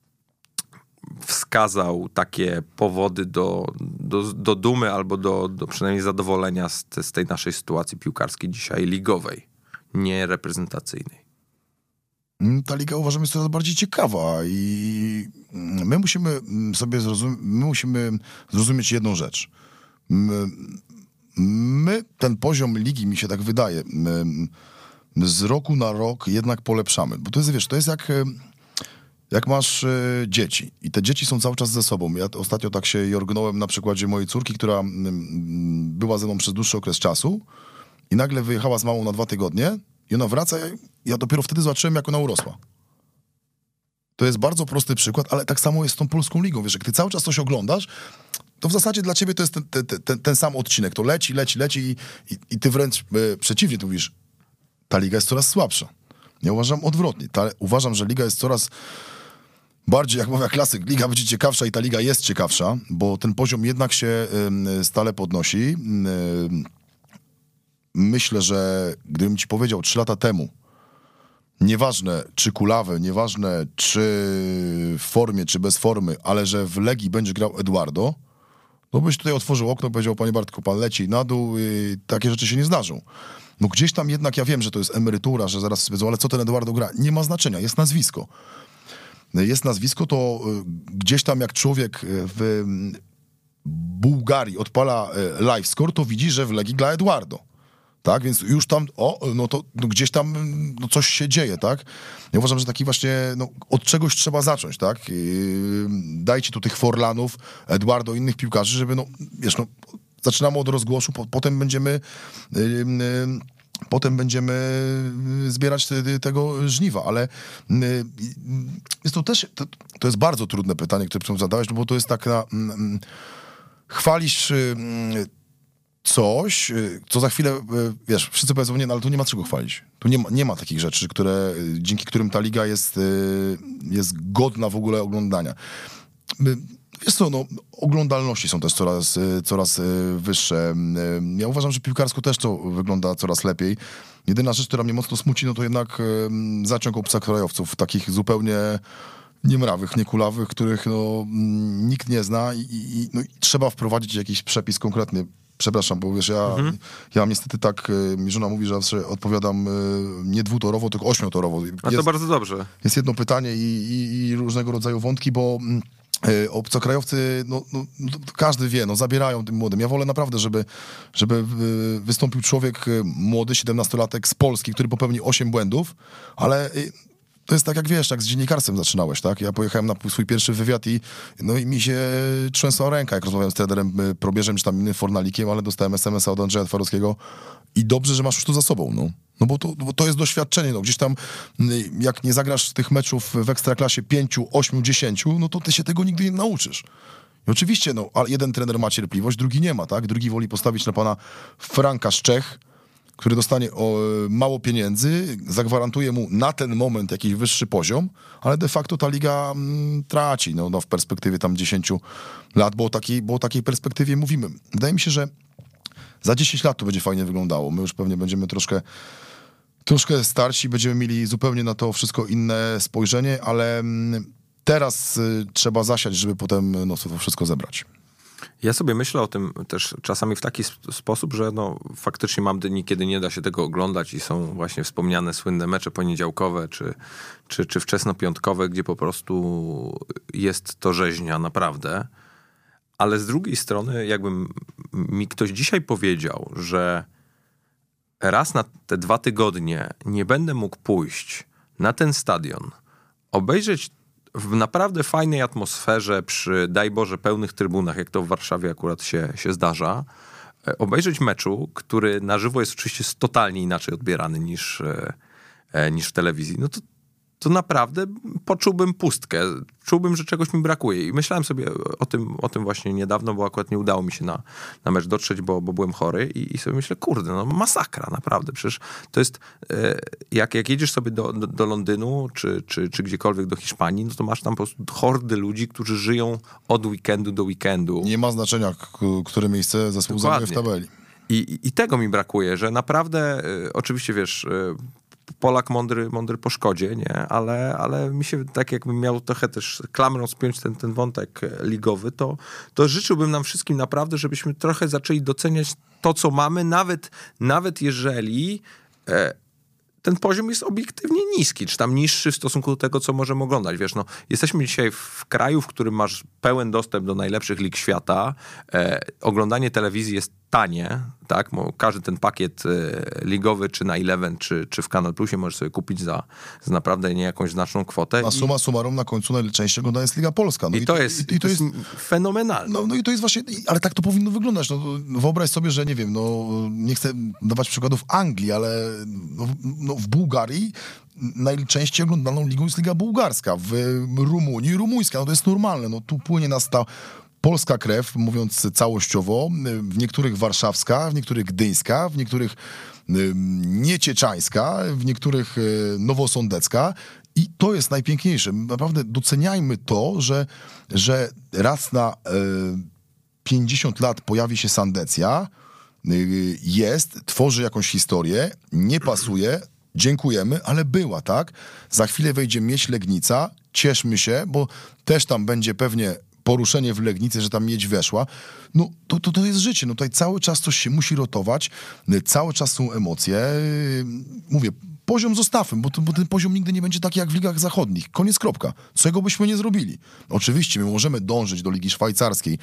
wskazał takie powody do, do, do dumy albo do, do przynajmniej zadowolenia z, te, z tej naszej sytuacji piłkarskiej dzisiaj ligowej, nie reprezentacyjnej? Ta liga uważam jest coraz bardziej ciekawa i my musimy sobie zrozum- my musimy zrozumieć jedną rzecz. My, my ten poziom ligi, mi się tak wydaje, z roku na rok jednak polepszamy. Bo to jest, wiesz, to jest jak, jak masz dzieci i te dzieci są cały czas ze sobą. Ja ostatnio tak się jorgnąłem na przykładzie mojej córki, która była ze mną przez dłuższy okres czasu i nagle wyjechała z mamą na dwa tygodnie i ona wraca, ja dopiero wtedy zobaczyłem, jak ona urosła. To jest bardzo prosty przykład, ale tak samo jest z tą polską ligą. Wiesz, jak ty cały czas coś oglądasz, to to w zasadzie dla ciebie to jest ten, ten, ten, ten sam odcinek. To leci, leci, leci i, i, i ty wręcz e, przeciwnie, tu mówisz, ta liga jest coraz słabsza. Ja uważam odwrotnie. Ta, uważam, że liga jest coraz bardziej, jak mówię klasyk, liga będzie ciekawsza i ta liga jest ciekawsza, bo ten poziom jednak się y, stale podnosi. Y, myślę, że gdybym ci powiedział trzy lata temu, nieważne czy kulawy, nieważne czy w formie, czy bez formy, ale że w Legii będzie grał Eduardo, to byś tutaj otworzył okno i powiedział, panie Bartku, pan leci na dół i takie rzeczy się nie zdarzą. No gdzieś tam jednak, ja wiem, że to jest emerytura, że zaraz sobie powiedzą, ale co ten Eduardo gra? Nie ma znaczenia, jest nazwisko. Jest nazwisko, to gdzieś tam jak człowiek w Bułgarii odpala live score, to widzi, że w Legii gra Eduardo. Tak, więc już tam, o, no to no gdzieś tam no coś się dzieje, tak? Ja uważam, że taki właśnie, no, od czegoś trzeba zacząć, tak? Yy, dajcie tu tych Forlanów, Eduardo, innych piłkarzy, żeby, no, wiesz, no, zaczynamy od rozgłosu, po, potem będziemy... Yy, yy, Potem będziemy zbierać te, tego żniwa, ale jest to też, to, to jest bardzo trudne pytanie, które zadałeś, no bo to jest tak na, mm, chwalisz coś, co za chwilę, wiesz, wszyscy powiedzą, nie, no ale tu nie ma czego chwalić. Tu nie ma, nie ma takich rzeczy, które, dzięki którym ta liga jest, jest godna w ogóle oglądania. Wiesz co, no, oglądalności są też coraz, coraz wyższe. Ja uważam, że piłkarsko też to wygląda coraz lepiej. Jedyna rzecz, która mnie mocno smuci, no to jednak zaciąg obcokrajowców, takich zupełnie niemrawych, niekulawych, których no, nikt nie zna i, i, no, i trzeba wprowadzić jakiś przepis konkretny. Przepraszam, bo wiesz, ja, mhm. ja niestety tak, mi żona mówi, że zawsze odpowiadam nie dwutorowo, tylko ośmiotorowo. A to bardzo dobrze. Jest jedno pytanie i, i, i różnego rodzaju wątki, bo obcokrajowcy, no, no, każdy wie, no, zabierają tym młodym. Ja wolę naprawdę, żeby, żeby wystąpił człowiek młody, siedemnastolatek z Polski, który popełni osiem błędów, ale to jest tak jak wiesz, jak z dziennikarstwem zaczynałeś, tak? Ja pojechałem na swój pierwszy wywiad i, no, i mi się trzęsła ręka, jak rozmawiałem z trenerem Probierzem, czy tam innym Fornalikiem, ale dostałem es em es a od Andrzeja Twarowskiego i dobrze, że masz już to za sobą, no. No bo to, bo to jest doświadczenie, no gdzieś tam jak nie zagrasz tych meczów w Ekstraklasie pięciu, ośmiu, dziesięciu, no to ty się tego nigdy nie nauczysz. I oczywiście, no, ale jeden trener ma cierpliwość, drugi nie ma, tak? Drugi woli postawić na pana Franka z Czech, który dostanie o, mało pieniędzy, zagwarantuje mu na ten moment jakiś wyższy poziom, ale de facto ta liga mm, traci, no, no w perspektywie tam dziesięciu lat, bo o takiej, bo o takiej perspektywie mówimy. Wydaje mi się, że za dziesięć lat to będzie fajnie wyglądało. My już pewnie będziemy troszkę troszkę starsi, będziemy mieli zupełnie na to wszystko inne spojrzenie, ale teraz trzeba zasiać, żeby potem no, to wszystko zebrać. Ja sobie myślę o tym też czasami w taki sp- sposób, że no, faktycznie mam dni, kiedy nie da się tego oglądać i są właśnie wspomniane słynne mecze poniedziałkowe czy, czy, czy wczesnopiątkowe, gdzie po prostu jest to rzeźnia naprawdę. Ale z drugiej strony, jakbym mi ktoś dzisiaj powiedział, że raz na te dwa tygodnie nie będę mógł pójść na ten stadion, obejrzeć w naprawdę fajnej atmosferze przy, daj Boże, pełnych trybunach, jak to w Warszawie akurat się, się zdarza, obejrzeć meczu, który na żywo jest oczywiście totalnie inaczej odbierany niż, niż w telewizji, no to to naprawdę poczułbym pustkę. Czułbym, że czegoś mi brakuje. I myślałem sobie o tym, o tym właśnie niedawno, bo akurat nie udało mi się na, na mecz dotrzeć, bo, bo byłem chory i, i sobie myślę, kurde, no masakra, naprawdę. Przecież to jest, e, jak, jak jedziesz sobie do, do, do Londynu, czy, czy, czy gdziekolwiek do Hiszpanii, no to masz tam po prostu hordy ludzi, którzy żyją od weekendu do weekendu. Nie ma znaczenia, k- które miejsce zespół zajmuje w tabeli. I, i, I tego mi brakuje, że naprawdę, e, oczywiście wiesz... E, Polak mądry, mądry po szkodzie, nie? Ale, ale mi się tak jakbym miał trochę też klamrą spiąć ten, ten wątek ligowy, to, to życzyłbym nam wszystkim naprawdę, żebyśmy trochę zaczęli doceniać to, co mamy, nawet, nawet jeżeli e, ten poziom jest obiektywnie niski, czy tam niższy w stosunku do tego, co możemy oglądać. Wiesz, no, jesteśmy dzisiaj w kraju, w którym masz pełen dostęp do najlepszych lig świata. E, oglądanie telewizji jest tanie, tak? Bo każdy ten pakiet e, ligowy, czy na Eleven, czy, czy w Kanal Plusie możesz sobie kupić za, za naprawdę nie jakąś znaczną kwotę. A summa summarum na końcu najczęściej oglądana jest Liga Polska. No I, i, to jest, i, i to jest fenomenalne. No, no i to jest właśnie, ale tak to powinno wyglądać. No, wyobraź sobie, że nie wiem, no nie chcę dawać przykładów Anglii, ale no, no, w Bułgarii najczęściej oglądaną ligą jest Liga Bułgarska. W Rumunii rumuńska. No to jest normalne. No tu płynie nas ta polska krew, mówiąc całościowo, w niektórych warszawska, w niektórych gdyńska, w niektórych niecieczańska, w niektórych nowosądecka. I to jest najpiękniejsze. Naprawdę doceniajmy to, że, że raz na pięćdziesiąt lat pojawi się Sandecja, jest, tworzy jakąś historię, nie pasuje, dziękujemy, ale była, tak? Za chwilę wejdzie Miedź Legnica, cieszmy się, bo też tam będzie pewnie poruszenie w Legnicy, że tam miedź weszła. No to, to, to jest życie, no tutaj cały czas coś się musi rotować, cały czas są emocje. Mówię, poziom zostawmy, bo, to, bo ten poziom nigdy nie będzie taki jak w ligach zachodnich. Koniec, kropka. Czego byśmy nie zrobili? Oczywiście my możemy dążyć do Ligi Szwajcarskiej,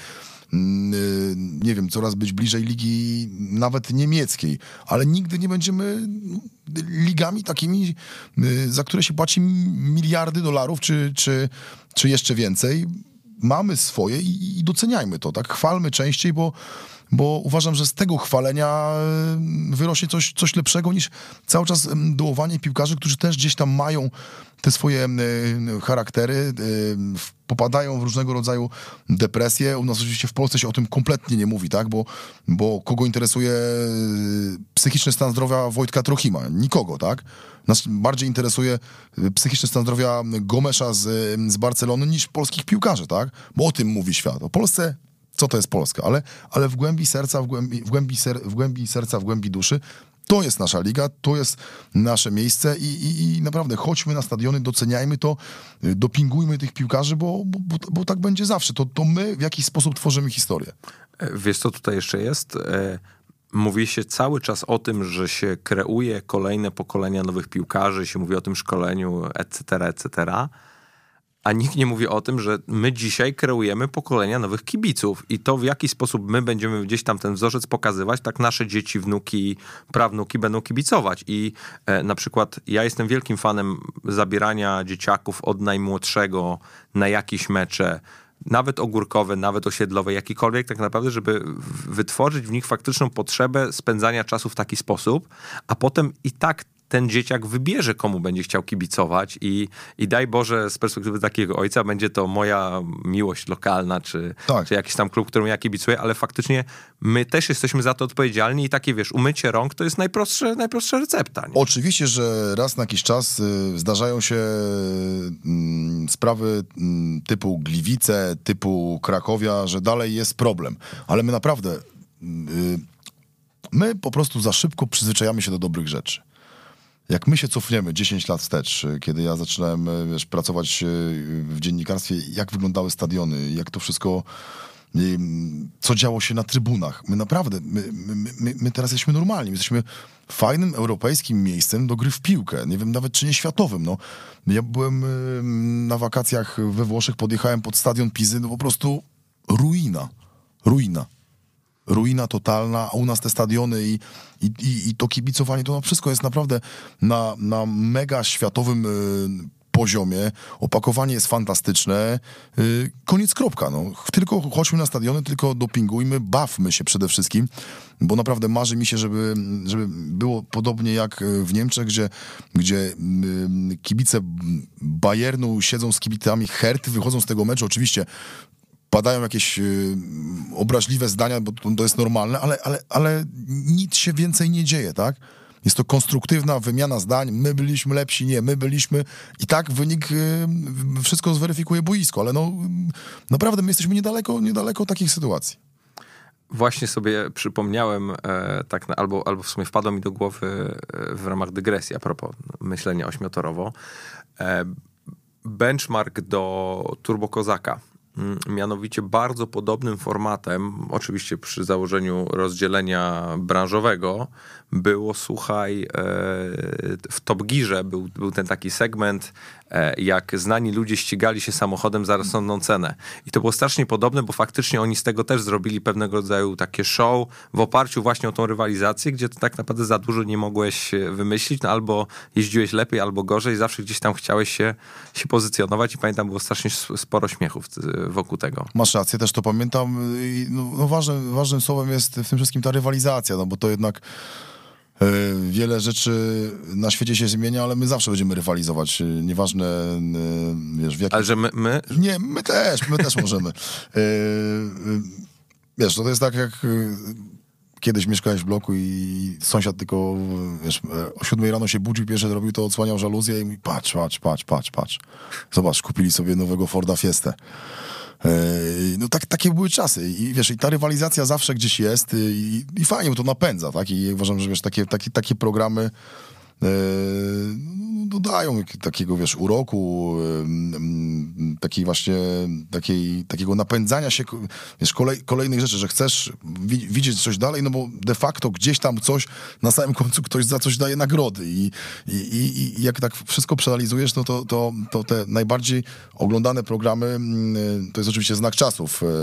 nie wiem, coraz być bliżej ligi nawet niemieckiej, ale nigdy nie będziemy ligami takimi, za które się płaci miliardy dolarów, czy, czy, czy jeszcze więcej. Mamy swoje i, i doceniajmy to, tak? Chwalmy częściej, bo, bo uważam, że z tego chwalenia wyrośnie coś, coś lepszego niż cały czas dołowanie piłkarzy, którzy też gdzieś tam mają te swoje charaktery, popadają w różnego rodzaju depresje. U nas oczywiście w Polsce się o tym kompletnie nie mówi, tak? Bo, bo kogo interesuje psychiczny stan zdrowia Wojtka Trochima? Nikogo, tak? Nas bardziej interesuje psychiczny stan zdrowia Gomesza z, z Barcelony niż polskich piłkarzy, tak? Bo o tym mówi świat. O Polsce, co to jest Polska? Ale, ale w głębi serca, w głębi, w, głębi ser, w głębi serca, w głębi duszy to jest nasza liga, to jest nasze miejsce i, i, i naprawdę chodźmy na stadiony, doceniajmy to, dopingujmy tych piłkarzy, bo, bo, bo, bo tak będzie zawsze. To, to my w jakiś sposób tworzymy historię. Wiesz, co tutaj jeszcze jest? Mówi się cały czas o tym, że się kreuje kolejne pokolenia nowych piłkarzy, się mówi o tym szkoleniu, et cetera, et cetera. A nikt nie mówi o tym, że my dzisiaj kreujemy pokolenia nowych kibiców i to, w jaki sposób my będziemy gdzieś tam ten wzorzec pokazywać, tak nasze dzieci, wnuki, prawnuki będą kibicować. I e, na przykład ja jestem wielkim fanem zabierania dzieciaków od najmłodszego na jakieś mecze, nawet ogórkowe, nawet osiedlowe, jakikolwiek, tak naprawdę, żeby wytworzyć w nich faktyczną potrzebę spędzania czasu w taki sposób, a potem i tak ten dzieciak wybierze, komu będzie chciał kibicować i, i daj Boże, z perspektywy takiego ojca będzie to moja miłość lokalna, czy, tak. czy jakiś tam klub, którym ja kibicuję, ale faktycznie my też jesteśmy za to odpowiedzialni i takie, wiesz, umycie rąk to jest najprostsze, najprostsza recepta. Nie? Oczywiście, że raz na jakiś czas y, zdarzają się y, sprawy y, typu Gliwice, typu Krakowia, że dalej jest problem, ale my naprawdę y, my po prostu za szybko przyzwyczajamy się do dobrych rzeczy. Jak my się cofniemy dziesięć lat wstecz, kiedy ja zaczynałem, wiesz, pracować w dziennikarstwie, jak wyglądały stadiony, jak to wszystko, co działo się na trybunach. My naprawdę, my, my, my, my teraz jesteśmy normalni, my jesteśmy fajnym europejskim miejscem do gry w piłkę. Nie wiem nawet, czy nie światowym. No. Ja byłem na wakacjach we Włoszech, podjechałem pod stadion Pizy, no po prostu ruina, ruina. Ruina totalna, a u nas te stadiony i, i, i to kibicowanie, to no wszystko jest naprawdę na, na mega światowym y, poziomie. Opakowanie jest fantastyczne. Y, koniec, kropka. No. Tylko chodźmy na stadiony, tylko dopingujmy, bawmy się przede wszystkim, bo naprawdę marzy mi się, żeby, żeby było podobnie jak w Niemczech, gdzie, gdzie y, kibice Bayernu siedzą z kibicami Herty, wychodzą z tego meczu, oczywiście padają jakieś y, obraźliwe zdania, bo to, to jest normalne, ale, ale, ale nic się więcej nie dzieje, tak? Jest to konstruktywna wymiana zdań, my byliśmy lepsi, nie, my byliśmy i tak wynik, y, wszystko zweryfikuje boisko, ale no naprawdę my jesteśmy niedaleko, niedaleko takich sytuacji. Właśnie sobie przypomniałem, e, tak na, albo, albo w sumie wpadło mi do głowy e, w ramach dygresji a propos myślenia ośmiotorowo, e, benchmark do Turbo Kozaka. Mianowicie bardzo podobnym formatem, oczywiście przy założeniu rozdzielenia branżowego, było, słuchaj, w Top Gearze był, był ten taki segment, jak znani ludzie ścigali się samochodem za rozsądną cenę. I to było strasznie podobne, bo faktycznie oni z tego też zrobili pewnego rodzaju takie show w oparciu właśnie o tą rywalizację, gdzie to tak naprawdę za dużo nie mogłeś wymyślić, no albo jeździłeś lepiej, albo gorzej, zawsze gdzieś tam chciałeś się, się pozycjonować i pamiętam, było strasznie sporo śmiechów wokół tego. Masz rację, też to pamiętam. No, no ważnym, ważnym słowem jest w tym wszystkim ta rywalizacja, no bo to jednak Wiele rzeczy na świecie się zmienia, ale my zawsze będziemy rywalizować. Nieważne, wiesz, w jakim... Ale że my... my... Nie, my też, my też możemy. Wiesz, to jest tak jak kiedyś mieszkałeś w bloku i sąsiad tylko, wiesz, o siódmej rano się budził, pierwsze robił to, odsłaniał żaluzję i mówi, patrz, patrz, patrz, patrz, patrz. Zobacz, kupili sobie nowego Forda Fiestę. No tak, takie były czasy i wiesz, i ta rywalizacja zawsze gdzieś jest i, i fajnie, bo to napędza, tak? I uważam, że wiesz, takie, takie, takie programy e, dodają takiego, wiesz, uroku, e, takiej właśnie, takiej, takiego napędzania się, wiesz, kolej, kolejnych rzeczy, że chcesz wi- widzieć coś dalej, no bo de facto gdzieś tam coś, na samym końcu ktoś za coś daje nagrody i, i, i, i jak tak wszystko przeanalizujesz, no to, to, to te najbardziej oglądane programy, to jest oczywiście znak czasów, e,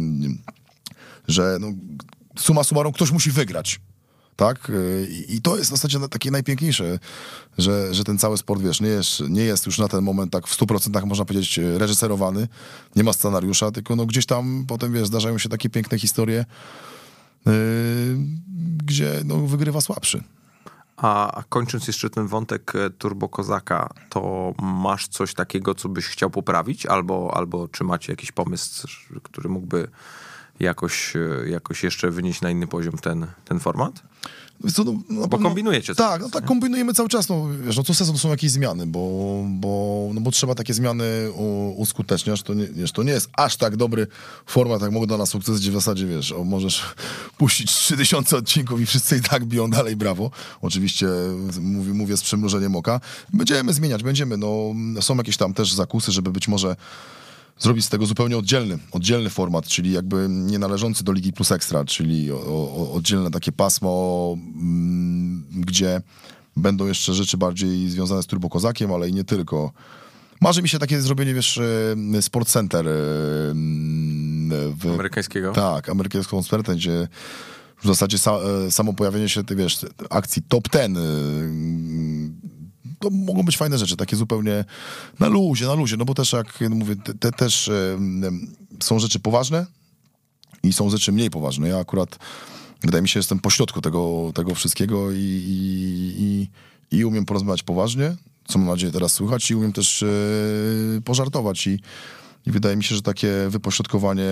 że no, summa summarum ktoś musi wygrać. Tak? I, I to jest w zasadzie takie najpiękniejsze, że, że ten cały sport, wiesz, nie jest, nie jest już na ten moment tak w stu procentach, można powiedzieć, reżyserowany, nie ma scenariusza, tylko no gdzieś tam potem, wiesz, zdarzają się takie piękne historie, yy, gdzie no, wygrywa słabszy. A kończąc jeszcze ten wątek Turbo Kozaka, to masz coś takiego, co byś chciał poprawić? Albo, albo czy macie jakiś pomysł, który mógłby jakoś, jakoś jeszcze wynieść na inny poziom ten, ten format? Co, no, bo pewno, kombinujecie. Tak, no, tak kombinujemy cały czas. No, wiesz, no co sezon to są jakieś zmiany, bo, bo, no, bo trzeba takie zmiany u, uskuteczniać. To nie, wiesz, to nie jest aż tak dobry format, jak Mogda na sukces, gdzie w zasadzie, wiesz, o, możesz puścić trzy tysiące odcinków i wszyscy i tak biją dalej brawo. Oczywiście mówię, mówię z przymrużeniem oka. Będziemy zmieniać, będziemy. No, są jakieś tam też zakusy, żeby być może zrobić z tego zupełnie oddzielny, oddzielny format, czyli jakby nie należący do Ligi Plus Ekstra, czyli o, o, oddzielne takie pasmo, m, gdzie będą jeszcze rzeczy bardziej związane z Turbo Kozakiem, ale i nie tylko. Marzy mi się takie zrobienie, wiesz, Sport Center. W, amerykańskiego? Tak, amerykańskiego Sport Center, gdzie w zasadzie sa, samo pojawienie się, ty wiesz, akcji top ten, to mogą być fajne rzeczy, takie zupełnie na luzie, na luzie, no bo też jak mówię, te, te też e, są rzeczy poważne i są rzeczy mniej poważne. Ja akurat, wydaje mi się, jestem pośrodku tego, tego wszystkiego i, i, i, i umiem porozmawiać poważnie, co mam nadzieję teraz słychać, i umiem też e, pożartować i, i wydaje mi się, że takie wypośrodkowanie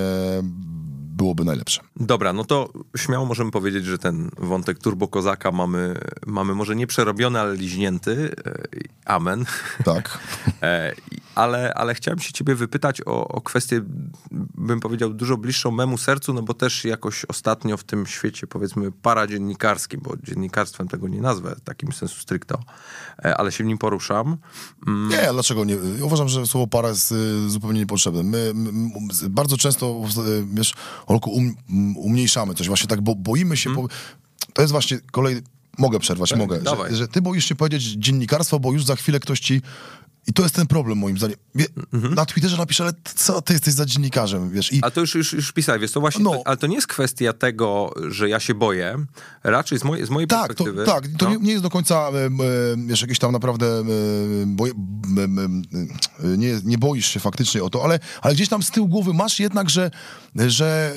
byłoby najlepsze. Dobra, no to śmiało możemy powiedzieć, że ten wątek Turbo Kozaka mamy, mamy może nie przerobiony, ale liźnięty. Amen. Tak. ale, ale chciałem się ciebie wypytać o, o kwestię, bym powiedział, dużo bliższą memu sercu, no bo też jakoś ostatnio w tym świecie, powiedzmy, paradziennikarskim, bo dziennikarstwem tego nie nazwę, w takim sensu stricto, ale się w nim poruszam. Mm. Nie, dlaczego nie? Ja uważam, że słowo para jest y, zupełnie niepotrzebne. My, my, my bardzo często, y, wiesz, Olku, um, umniejszamy coś, właśnie tak, bo boimy się, hmm. bo to jest właśnie kolej, mogę przerwać, tak, mogę, że, że ty boisz się powiedzieć dziennikarstwo, bo już za chwilę ktoś ci, i to jest ten problem moim zdaniem. Wie, mm-hmm. Na Twitterze napisze, ale co ty jesteś za dziennikarzem, wiesz? I... A to już, już, już pisałeś, wiesz, to właśnie, no. to, ale to nie jest kwestia tego, że ja się boję, raczej z mojej, z mojej tak, perspektywy... To, tak, to no. nie, nie jest do końca, e, e, wiesz, jakieś tam naprawdę, e, boje, e, e, nie, nie boisz się faktycznie o to, ale, ale gdzieś tam z tyłu głowy masz jednak, że, że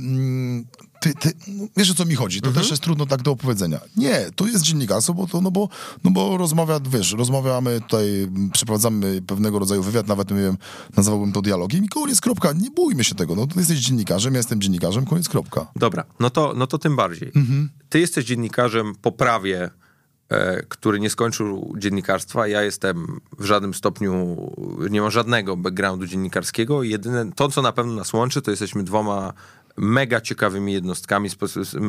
e, Ty, ty, no, wiesz, o co mi chodzi, to mhm. też jest trudno tak do opowiedzenia. Nie, to jest dziennikarstwo, bo to, no bo, no bo rozmawia, wiesz, rozmawiamy tutaj, przeprowadzamy pewnego rodzaju wywiad, nawet, nie wiem, nazwałbym to dialogiem i koniec, kropka, nie bójmy się tego, no ty jesteś dziennikarzem, ja jestem dziennikarzem, koniec, kropka. Dobra, no to, no to tym bardziej. Mhm. Ty jesteś dziennikarzem po prawie, e, który nie skończył dziennikarstwa, ja jestem w żadnym stopniu, nie mam żadnego backgroundu dziennikarskiego i jedyne, to co na pewno nas łączy, to jesteśmy dwoma mega ciekawymi jednostkami z,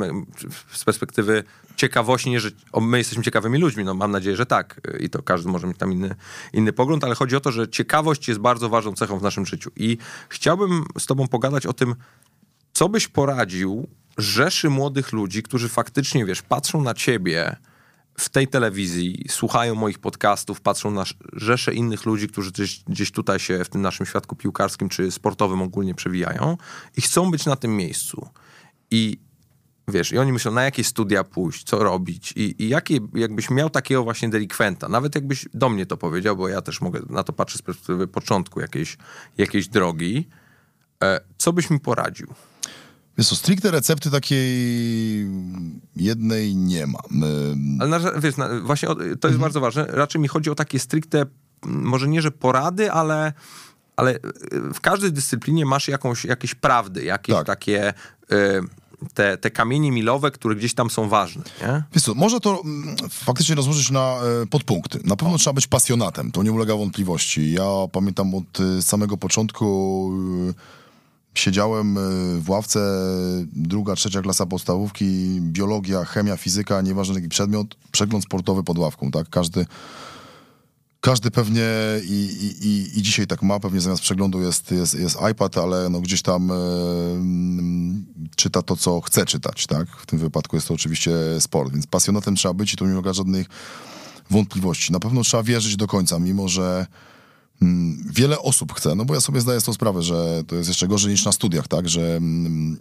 z perspektywy ciekawości, nie, że my jesteśmy ciekawymi ludźmi, no mam nadzieję, że tak i to każdy może mieć tam inny, inny pogląd, ale chodzi o to, że ciekawość jest bardzo ważną cechą w naszym życiu i chciałbym z tobą pogadać o tym, co byś poradził rzeszy młodych ludzi, którzy faktycznie, wiesz, patrzą na ciebie w tej telewizji, słuchają moich podcastów, patrzą na rzesze innych ludzi, którzy gdzieś, gdzieś tutaj się w tym naszym świadku piłkarskim czy sportowym ogólnie przewijają i chcą być na tym miejscu. I wiesz, i oni myślą, na jakie studia pójść, co robić i, i jakie, jakbyś miał takiego właśnie delikwenta, nawet jakbyś do mnie to powiedział, bo ja też mogę na to patrzeć z perspektywy początku jakiejś, jakiejś drogi, e, co byś mi poradził? Wiesz co, stricte recepty takiej jednej nie ma. Ale na, wiesz, na, właśnie o, to jest mhm. bardzo ważne. Raczej mi chodzi o takie stricte, może nie, że porady, ale, ale w każdej dyscyplinie masz jakąś, jakieś prawdy, jakieś tak. takie... Y, Te, te kamienie milowe, które gdzieś tam są ważne, nie? Wiesz co, może to mm, faktycznie rozłożyć na e, podpunkty. Na pewno o. trzeba być pasjonatem, to nie ulega wątpliwości. Ja pamiętam od e, samego początku e, siedziałem e, w ławce, druga, trzecia klasa podstawówki, biologia, chemia, fizyka, nieważny jaki przedmiot, przegląd sportowy pod ławką, tak? Każdy Każdy pewnie i, i, i, i dzisiaj tak ma, pewnie zamiast przeglądu jest, jest, jest iPad, ale no gdzieś tam e, czyta to, co chce czytać, tak? W tym wypadku jest to oczywiście sport, więc pasjonatem trzeba być i tu nie ulega żadnych wątpliwości. Na pewno trzeba wierzyć do końca, mimo że mm, wiele osób chce, no bo ja sobie zdaję z tą sprawę, że to jest jeszcze gorzej niż na studiach, tak? Że mm,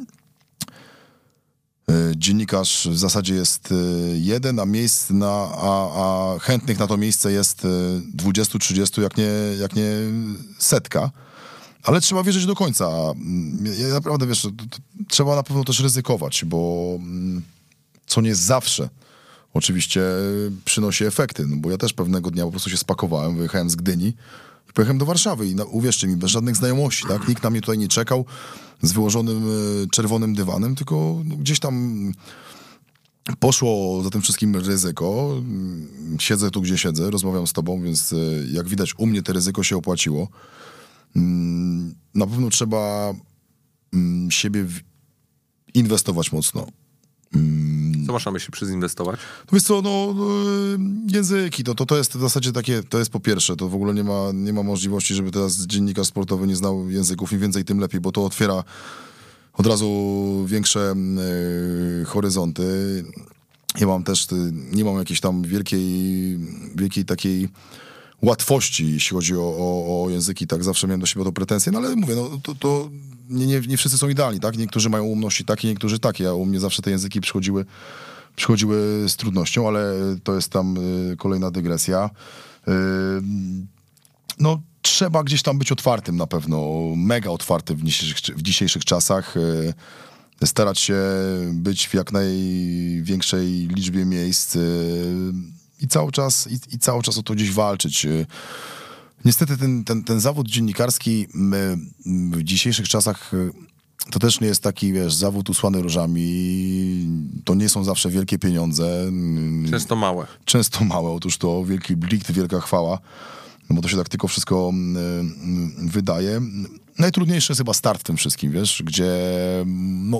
dziennikarz w zasadzie jest jeden, a miejsc na, a, a chętnych na to miejsce jest dwadzieścia trzydzieści, jak nie, jak nie setka. Ale trzeba wierzyć do końca. Ja naprawdę, wiesz, to, to, trzeba na pewno też ryzykować, bo co nie zawsze oczywiście przynosi efekty. No bo ja też pewnego dnia po prostu się spakowałem, wyjechałem z Gdyni i pojechałem do Warszawy i na, uwierzcie mi, bez żadnych znajomości, tak? Nikt na mnie tutaj nie czekał z wyłożonym e, czerwonym dywanem, tylko no, gdzieś tam poszło za tym wszystkim ryzyko. Siedzę tu, gdzie siedzę, rozmawiam z tobą, więc e, jak widać u mnie to ryzyko się opłaciło. Mm, na pewno trzeba mm, siebie w... inwestować mocno. Co masz na myśli przez inwestować? No wiesz co, no, no języki, to, to, to jest w zasadzie takie, to jest po pierwsze, to w ogóle nie ma, nie ma możliwości, żeby teraz dziennikarz sportowy nie znał języków, im więcej, tym lepiej, bo to otwiera od razu większe y, horyzonty. Ja mam też, nie mam jakiejś tam wielkiej, wielkiej takiej łatwości, jeśli chodzi o, o, o języki, tak, zawsze miałem do siebie to pretensje, no ale mówię, no to, to nie, nie, nie wszyscy są idealni, tak, niektórzy mają ułomności takie, niektórzy takie, a u mnie zawsze te języki przychodziły, przychodziły z trudnością, ale to jest tam y, kolejna dygresja. Y, no, trzeba gdzieś tam być otwartym na pewno, mega otwartym w dzisiejszych, w dzisiejszych czasach, y, starać się być w jak największej liczbie miejsc, y, I cały czas, i, i cały czas o to gdzieś walczyć. Niestety ten, ten, ten zawód dziennikarski w dzisiejszych czasach to też nie jest taki, wiesz, zawód usłany różami. To nie są zawsze wielkie pieniądze. Często małe. Często małe. Otóż to wielki blikt, wielka chwała. No bo to się tak tylko wszystko wydaje. Najtrudniejszy jest chyba start w tym wszystkim, wiesz, gdzie no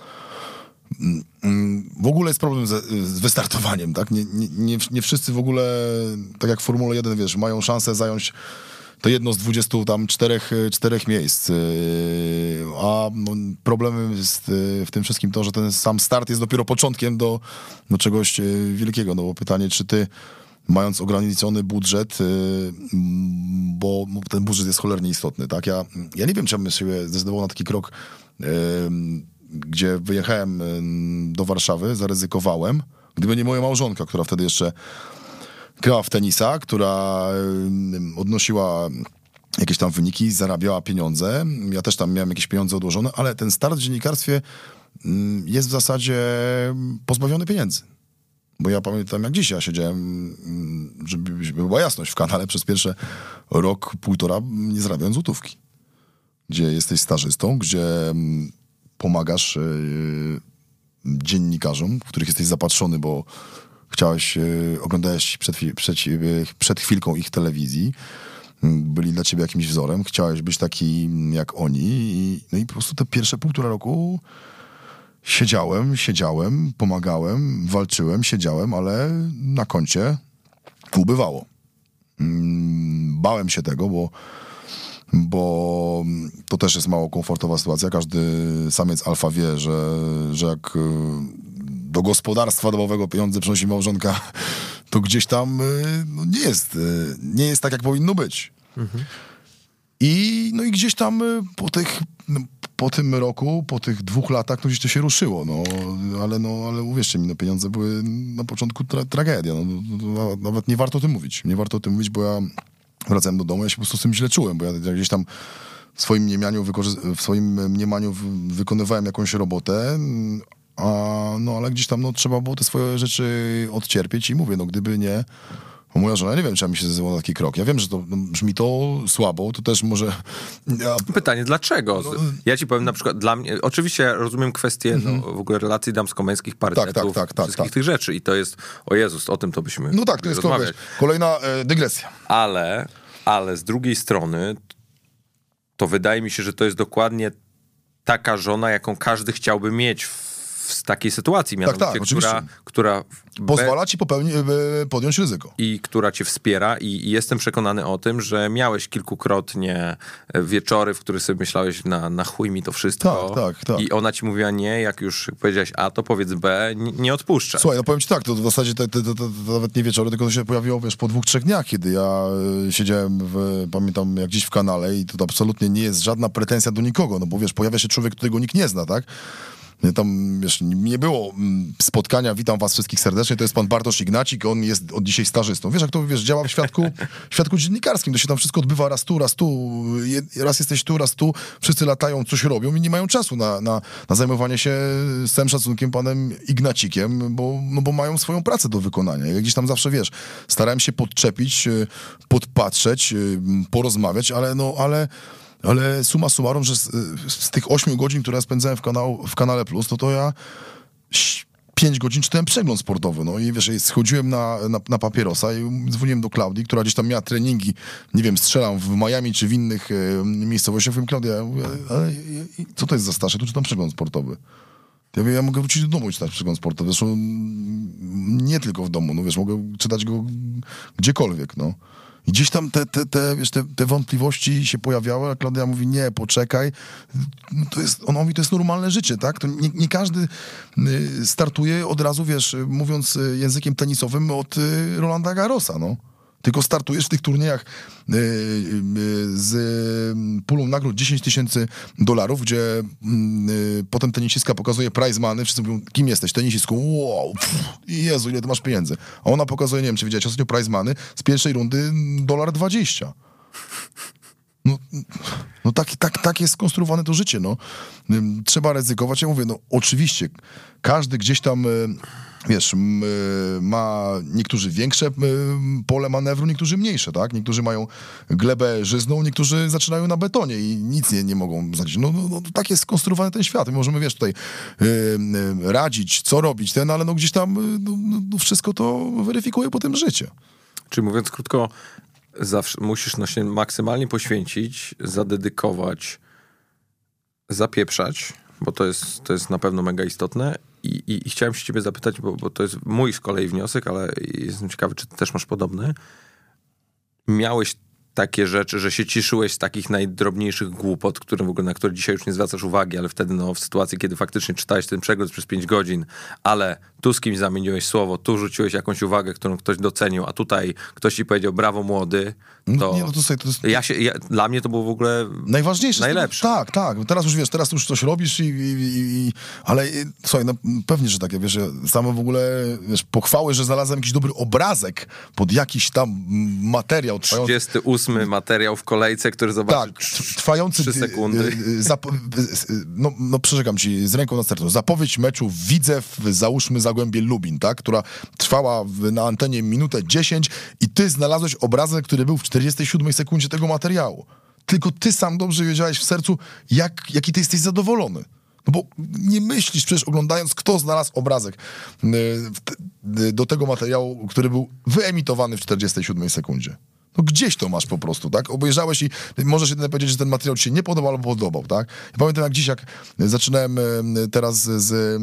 w ogóle jest problem z, z wystartowaniem, tak? Nie, nie, nie, nie wszyscy w ogóle, tak jak w Formule jeden, wiesz, mają szansę zająć to jedno z dwudziestu tam czterech, czterech miejsc. A no, problemem jest w tym wszystkim to, że ten sam start jest dopiero początkiem do, do czegoś wielkiego. No bo pytanie, czy ty, mając ograniczony budżet, bo ten budżet jest cholernie istotny, tak? Ja, ja nie wiem, czy bym się zdecydował na taki krok, gdzie wyjechałem do Warszawy, zaryzykowałem, gdyby nie moja małżonka, która wtedy jeszcze grała w tenisa, która odnosiła jakieś tam wyniki, zarabiała pieniądze. Ja też tam miałem jakieś pieniądze odłożone, ale ten start w dziennikarstwie jest w zasadzie pozbawiony pieniędzy. Bo ja pamiętam, jak dziś ja siedziałem, żeby była jasność, w kanale przez pierwsze rok, półtora nie zarabiałem złotówki. Gdzie jesteś stażystą, gdzie pomagasz yy, dziennikarzom, w których jesteś zapatrzony, bo chciałeś, yy, oglądałeś przed, przed, yy, przed chwilką ich telewizji, yy, byli dla ciebie jakimś wzorem, chciałeś być taki jak oni i, no i po prostu te pierwsze półtora roku siedziałem, siedziałem, pomagałem, walczyłem, siedziałem, ale na koncie ubywało. Yy, bałem się tego, bo bo to też jest mało komfortowa sytuacja. Każdy samiec alfa wie, że, że jak do gospodarstwa domowego pieniądze przynosi małżonka, to gdzieś tam no nie jest, nie jest tak, jak powinno być. Mhm. I, no i gdzieś tam po tych, po tym roku, po tych dwóch latach, no gdzieś to się ruszyło, no, ale, no, ale uwierzcie mi, no, pieniądze były na początku tra- tragedia, no, no, nawet nie warto o tym mówić, nie warto o tym mówić, bo ja wracałem do domu, ja się po prostu z tym źle czułem, bo ja gdzieś tam w swoim mniemaniu, wykorzy- w swoim mniemaniu wy- wykonywałem jakąś robotę, a, no ale gdzieś tam no, trzeba było te swoje rzeczy odcierpieć i mówię, no gdyby nie moja żona, nie wiem, czy ja mi się zdecydował na taki krok. Ja wiem, że to no, brzmi to słabo, to też może... Ja... Pytanie, dlaczego? Ja ci powiem na przykład, dla mnie, oczywiście rozumiem kwestię mm-hmm. no, w ogóle relacji damsko-męskich, parytetów, tak, tak, tak, tak, wszystkich tak. tych rzeczy i to jest, o Jezus, o tym to byśmy No tak, to jest to, wiesz, kolejna e, dygresja. Ale, ale z drugiej strony to wydaje mi się, że to jest dokładnie taka żona, jaką każdy chciałby mieć w, w takiej sytuacji, mianowicie, tak, tak, która, która pozwala ci popełni, podjąć ryzyko. I która cię wspiera i, i jestem przekonany o tym, że miałeś kilkukrotnie wieczory, w których sobie myślałeś na, na chuj mi to wszystko. Tak, tak, tak. I ona ci mówiła nie, jak już powiedziałeś A, to powiedz B, nie, nie odpuszczę. Słuchaj, no powiem ci tak, to w zasadzie te, te, te, te, to nawet nie wieczory, tylko to się pojawiło, wiesz, po dwóch, trzech dniach, kiedy ja y, siedziałem w, pamiętam, jak gdzieś w kanale i to absolutnie nie jest żadna pretensja do nikogo, no bo wiesz, pojawia się człowiek, którego nikt nie zna, tak? Tam, wiesz, nie było spotkania, witam was wszystkich serdecznie, to jest pan Bartosz Ignacik, on jest od dzisiaj stażystą. Wiesz, jak to, wiesz, działa w świadku, w świadku dziennikarskim, to się tam wszystko odbywa raz tu, raz tu, raz jesteś tu, raz tu, wszyscy latają, coś robią i nie mają czasu na, na, na zajmowanie się z całym szacunkiem panem Ignacikiem, bo, no bo mają swoją pracę do wykonania. Jak gdzieś tam zawsze, wiesz, starałem się podczepić, podpatrzeć, porozmawiać, ale no, ale Ale summa summarum, że z, z tych ośmiu godzin, które ja spędzałem w, kanał, w Kanale Plus, to to ja pięć godzin czytałem przegląd sportowy, no i wiesz, schodziłem na, na, na papierosa i dzwoniłem do Klaudii, która gdzieś tam miała treningi, nie wiem, strzelam w Miami czy w innych e, miejscowościach. Mówię, Klaudia, ja mówię, ale co to jest za starsze? Tu czytam przegląd sportowy. Ja mówię, ja mogę wrócić do domu i czytać przegląd sportowy. Zresztą nie tylko w domu, no wiesz, mogę czytać go gdziekolwiek, no. I gdzieś tam te, te, te, wiesz, te, te wątpliwości się pojawiały, a Klaudia mówi, nie, poczekaj. No to jest, ona mówi, to jest normalne życie, tak? To nie, nie każdy startuje od razu, wiesz, mówiąc językiem tenisowym, od Rolanda Garrosa, no. Tylko startujesz w tych turniejach y, y, z pulą nagród dziesięć tysięcy dolarów, gdzie y, potem tenisistka pokazuje prize money, wszyscy mówią, kim jesteś? Tenisistką, wow, pff, Jezu, ile ty masz pieniędzy. A ona pokazuje, nie wiem, czy widziałeś ostatnio prize money, z pierwszej rundy dolar dwadzieścia. No, no tak, tak, tak jest skonstruowane to życie, no. Trzeba ryzykować. Ja mówię, no oczywiście, każdy gdzieś tam, wiesz, ma niektórzy większe pole manewru, niektórzy mniejsze, tak? Niektórzy mają glebę żyzną, niektórzy zaczynają na betonie i nic nie, nie mogą znaleźć. No, no, no tak jest skonstruowany ten świat. My możemy, wiesz, tutaj yy, radzić, co robić, ten, ale no gdzieś tam no, no, wszystko to weryfikuje potem życie. Czyli mówiąc krótko, zawsze musisz no, się maksymalnie poświęcić, zadedykować, zapieprzać, bo to jest, to jest na pewno mega istotne. I, i, i chciałem się ciebie zapytać, bo, bo to jest mój z kolei wniosek, ale jestem ciekawy, czy ty też masz podobny. Miałeś takie rzeczy, że się cieszyłeś z takich najdrobniejszych głupot, które w ogóle, na które dzisiaj już nie zwracasz uwagi, ale wtedy no, w sytuacji, kiedy faktycznie czytałeś ten przegląd przez pięć godzin, ale tu z kimś zamieniłeś słowo, tu rzuciłeś jakąś uwagę, którą ktoś docenił, a tutaj ktoś ci powiedział brawo młody, to, nie, no to, sobie, to jest... ja się, ja, dla mnie to było w ogóle najważniejsze. najlepsze. Tego, tak, tak. Teraz już wiesz, teraz już coś robisz i... i, i, i ale słuchaj, no, pewnie, że takie, wiesz, ja samo w ogóle, wiesz, pochwały, że znalazłem jakiś dobry obrazek pod jakiś tam materiał. Trwający... trzydziesty ósmy materiał w kolejce, który zobaczy tak, trwający trzy sekundy. Zapo- no, no przerzekam ci, z ręką na sercu. Zapowiedź meczu Widzew, załóżmy Zagłębie Lubin, tak? Która trwała w, na antenie minutę dziesięć i ty znalazłeś obrazek, który był w czterdziestej siódmej sekundzie tego materiału. Tylko ty sam dobrze wiedziałeś w sercu, jak, jaki ty jesteś zadowolony. No bo nie myślisz przecież oglądając, kto znalazł obrazek do tego materiału, który był wyemitowany w czterdziestej siódmej sekundzie. No gdzieś to masz po prostu, tak? Obejrzałeś i możesz jedynie powiedzieć, że ten materiał ci się nie podobał albo podobał, tak? Ja pamiętam jak dziś, jak zaczynałem teraz z...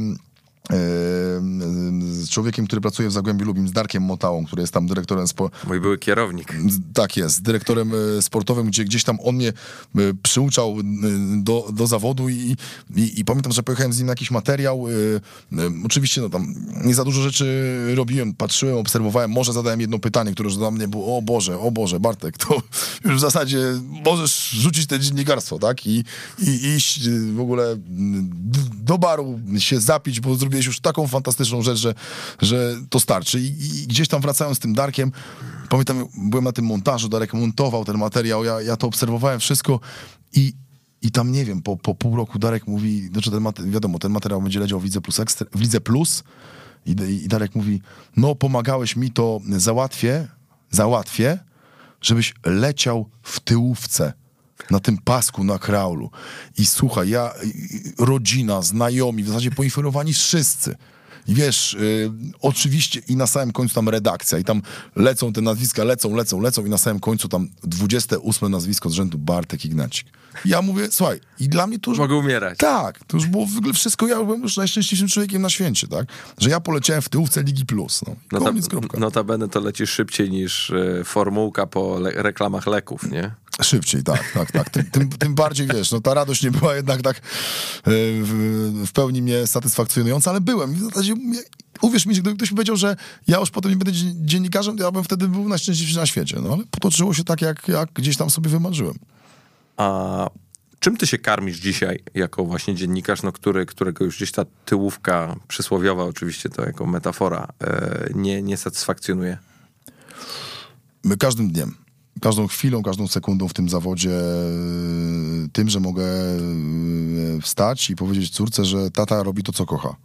z człowiekiem, który pracuje w Zagłębiu Lubin, z Darkiem Motałą, który jest tam dyrektorem... Spo... Mój były kierownik. Tak jest, dyrektorem sportowym, gdzie gdzieś tam on mnie przyuczał do, do zawodu i, i, i pamiętam, że pojechałem z nim na jakiś materiał. Oczywiście no tam nie za dużo rzeczy robiłem, patrzyłem, obserwowałem, może zadałem jedno pytanie, które już dla mnie było, o Boże, o Boże, Bartek, to już w zasadzie możesz rzucić te dziennikarstwo, tak? I, i iść w ogóle do baru, się zapić, bo zrobiłem już taką fantastyczną rzecz, że, że to starczy. I, I gdzieś tam wracając z tym Darkiem, pamiętam, byłem na tym montażu, Darek montował ten materiał, ja, ja to obserwowałem wszystko i I tam, nie wiem, po, po pół roku Darek mówi, znaczy ten mat- wiadomo, ten materiał będzie leciał w Lidze Plus, Ekstra, w Lidze Plus i, i Darek mówi, no pomagałeś mi, to załatwię, załatwię, żebyś leciał w tyłówce na tym pasku na kraulu. I słuchaj, ja, rodzina, znajomi, w zasadzie poinformowani wszyscy. I wiesz, y, oczywiście i na samym końcu tam redakcja i tam lecą te nazwiska, lecą, lecą, lecą i na samym końcu tam dwudzieste ósme nazwisko z rzędu Bartek Ignacik. I ja mówię, słuchaj, i dla mnie to już... Mogę umierać. Tak, to już było w ogóle wszystko, ja byłem już najszczęśliwszym człowiekiem na świecie, tak? Że ja poleciałem w tyłówce Ligi Plus, no. I Nota, koniec, kropka. Notabene to lecisz szybciej niż y, formułka po le- reklamach leków, nie? Szybciej, tak, tak, tak. Tym, tym, tym bardziej, wiesz, no ta radość nie była jednak tak e, w, w pełni mnie satysfakcjonująca, ale byłem. I w zasadzie, uwierz mi, że gdyby ktoś mi powiedział, że ja już potem nie będę dziennikarzem, to ja bym wtedy był najszczęśliwszy na świecie. No ale potoczyło się tak, jak, jak gdzieś tam sobie wymarzyłem. A czym ty się karmisz dzisiaj jako właśnie dziennikarz, no, który, którego już gdzieś ta tyłówka przysłowiowa, oczywiście to jako metafora, e, nie, nie satysfakcjonuje? My każdym dniem. Każdą chwilą, każdą sekundą w tym zawodzie, tym, że mogę wstać i powiedzieć córce, że tata robi to, co kocha.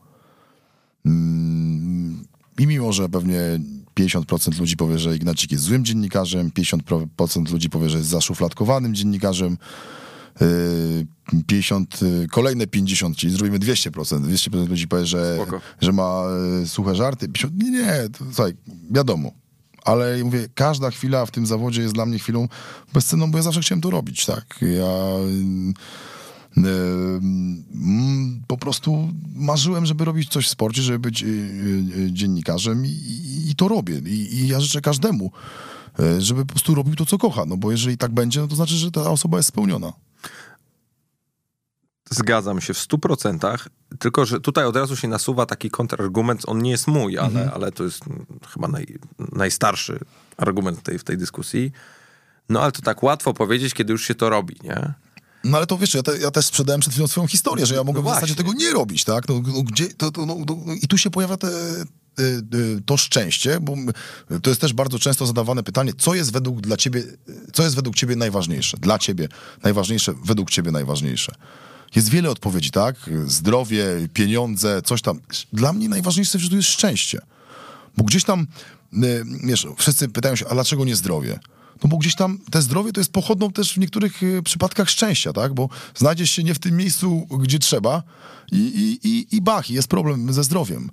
I mimo, że pewnie pięćdziesiąt procent ludzi powie, że Ignacik jest złym dziennikarzem, pięćdziesiąt procent ludzi powie, że jest zaszufladkowanym dziennikarzem, pięćdziesiąt, kolejne pięćdziesiąt, czyli zrobimy dwieście procent. dwieście procent ludzi powie, że, że ma suche żarty. Nie, nie, to, słuchaj, wiadomo. Ale ja mówię, każda chwila w tym zawodzie jest dla mnie chwilą bezcenną, bo ja zawsze chciałem to robić, tak. Ja y, y, y, po prostu marzyłem, żeby robić coś w sporcie, żeby być y, y, dziennikarzem i, i, i to robię. I, I ja życzę każdemu, y, żeby po prostu robił to, co kocha, no bo jeżeli tak będzie, no to znaczy, że ta osoba jest spełniona. Zgadzam się w stu procentach, tylko że tutaj od razu się nasuwa taki kontrargument, on nie jest mój, ale, mhm. ale to jest chyba naj, najstarszy argument w tej, w tej dyskusji. No ale to tak łatwo powiedzieć, kiedy już się to robi, nie? No ale to wiesz, ja, te, ja też sprzedałem przed chwilą swoją historię, że ja mogę no w zasadzie tego nie robić, tak? No, no, gdzie, to, to, no, no, i tu się pojawia te, to szczęście, bo to jest też bardzo często zadawane pytanie, co jest według dla ciebie, co jest według ciebie najważniejsze? Dla ciebie najważniejsze, według ciebie najważniejsze. Jest wiele odpowiedzi, tak? Zdrowie, pieniądze, coś tam. Dla mnie najważniejsze to jest szczęście. Bo gdzieś tam, wiesz, wszyscy pytają się, a dlaczego nie zdrowie? No bo gdzieś tam te zdrowie to jest pochodną też w niektórych przypadkach szczęścia, tak? Bo znajdziesz się nie w tym miejscu, gdzie trzeba i, i, i, i bach, jest problem ze zdrowiem.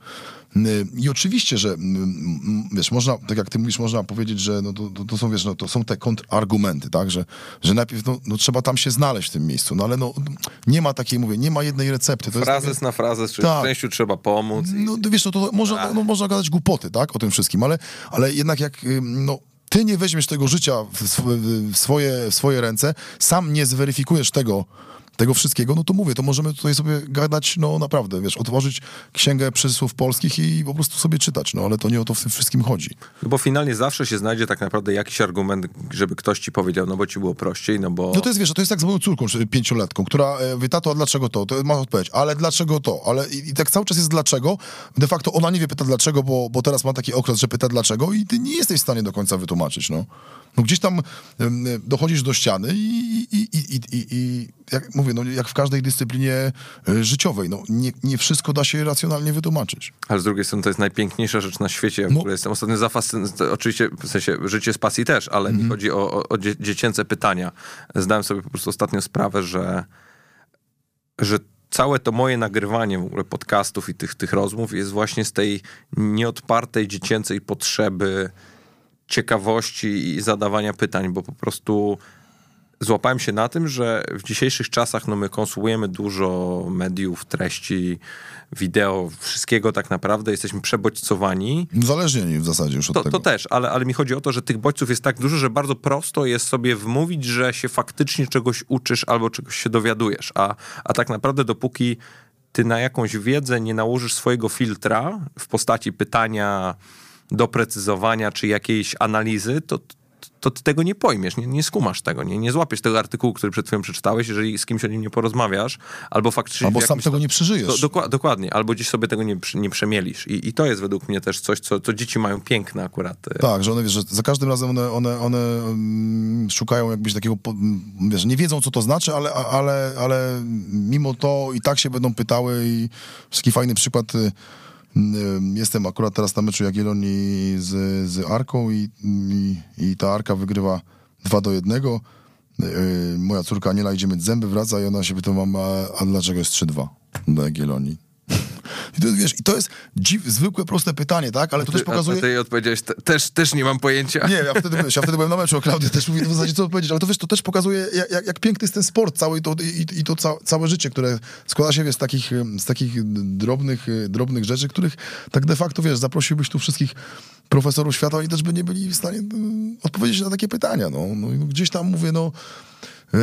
I oczywiście, że wiesz, można, tak jak ty mówisz, można powiedzieć, że no to, to, to są, wiesz, no to są te kontrargumenty, tak? Że, że najpierw no, no trzeba tam się znaleźć w tym miejscu, no ale no nie ma takiej, mówię, nie ma jednej recepty. To frazes jest, na frazes, czy tak. Szczęściu trzeba pomóc. I... No wiesz, no, to można, no, można gadać głupoty, tak? O tym wszystkim, ale, ale jednak jak, no ty nie weźmiesz tego życia w swoje, w swoje ręce, sam nie zweryfikujesz tego, tego wszystkiego, no to mówię, to możemy tutaj sobie gadać, no naprawdę, wiesz, otworzyć księgę przysłów polskich i po prostu sobie czytać, no ale to nie o to w tym wszystkim chodzi. No bo finalnie zawsze się znajdzie tak naprawdę jakiś argument, żeby ktoś ci powiedział, no bo ci było prościej, no bo... No to jest, wiesz, to jest tak z moją córką pięciolatką, która mówi, tato, a dlaczego to? To ma odpowiedź, ale dlaczego to? Ale i, i tak cały czas jest dlaczego. De facto ona nie wie, pyta dlaczego, bo, bo teraz ma taki okres, że pyta dlaczego i ty nie jesteś w stanie do końca wytłumaczyć, no. No gdzieś tam um, dochodzisz do ściany i, i, i, i, i, i jak mówię, no jak w każdej dyscyplinie y, życiowej, no nie, nie wszystko da się racjonalnie wytłumaczyć. Ale z drugiej strony to jest najpiękniejsza rzecz na świecie, ja w no. ogóle jestem ostatnio zafascynowany, oczywiście w sensie życie z pasji też, ale mm. mi chodzi o, o, o dzie- dziecięce pytania. Zdałem sobie po prostu ostatnio sprawę, że, że całe to moje nagrywanie w ogóle podcastów i tych, tych rozmów jest właśnie z tej nieodpartej dziecięcej potrzeby ciekawości i zadawania pytań, bo po prostu złapałem się na tym, że w dzisiejszych czasach no my konsumujemy dużo mediów, treści, wideo, wszystkiego tak naprawdę, jesteśmy przebodźcowani. Uzależnieni w zasadzie już od to, tego. To też, ale, ale mi chodzi o to, że tych bodźców jest tak dużo, że bardzo prosto jest sobie wmówić, że się faktycznie czegoś uczysz albo czegoś się dowiadujesz, a, a tak naprawdę dopóki ty na jakąś wiedzę nie nałożysz swojego filtra w postaci pytania, doprecyzowania czy jakiejś analizy, to, to ty tego nie pojmiesz, nie, nie skumasz tego, nie, nie złapiesz tego artykułu, który przed chwilą przeczytałeś, jeżeli z kimś o nim nie porozmawiasz, albo faktycznie... Albo sam tego nie przeżyjesz. Do, doku- dokładnie, albo gdzieś sobie tego nie, nie przemielisz. I, I to jest według mnie też coś, co, co dzieci mają piękne akurat. Tak, że one, wiesz, że za każdym razem one, one, one um, szukają jakbyś takiego, wiesz, nie wiedzą, co to znaczy, ale, ale, ale mimo to i tak się będą pytały i taki fajny przykład... Jestem akurat teraz na meczu Jagiellonii z, z Arką i, i, i ta Arka wygrywa dwa do jednego. Yy, moja córka Aniela idzie myć zęby, wraca i ona się pyta, mama, a dlaczego jest trzy dwa do Jagiellonii? I to, wiesz, i to jest dziw, zwykłe, proste pytanie, tak? Ale to ty, też pokazuje... A ty jej odpowiedziałeś, te, też, też nie mam pojęcia. Nie, ja wtedy, wiesz, ja wtedy byłem na meczu, a Klaudia też mówi, w zasadzie co powiedzieć, ale to wiesz, to też pokazuje, jak, jak, jak piękny jest ten sport cały i to, i, i to ca, całe życie, które składa się, wiesz, z takich, z takich drobnych, drobnych rzeczy, których tak de facto, wiesz, zaprosiłbyś tu wszystkich profesorów świata, oni też by nie byli w stanie um, odpowiedzieć na takie pytania, no. no gdzieś tam mówię, no... Yy,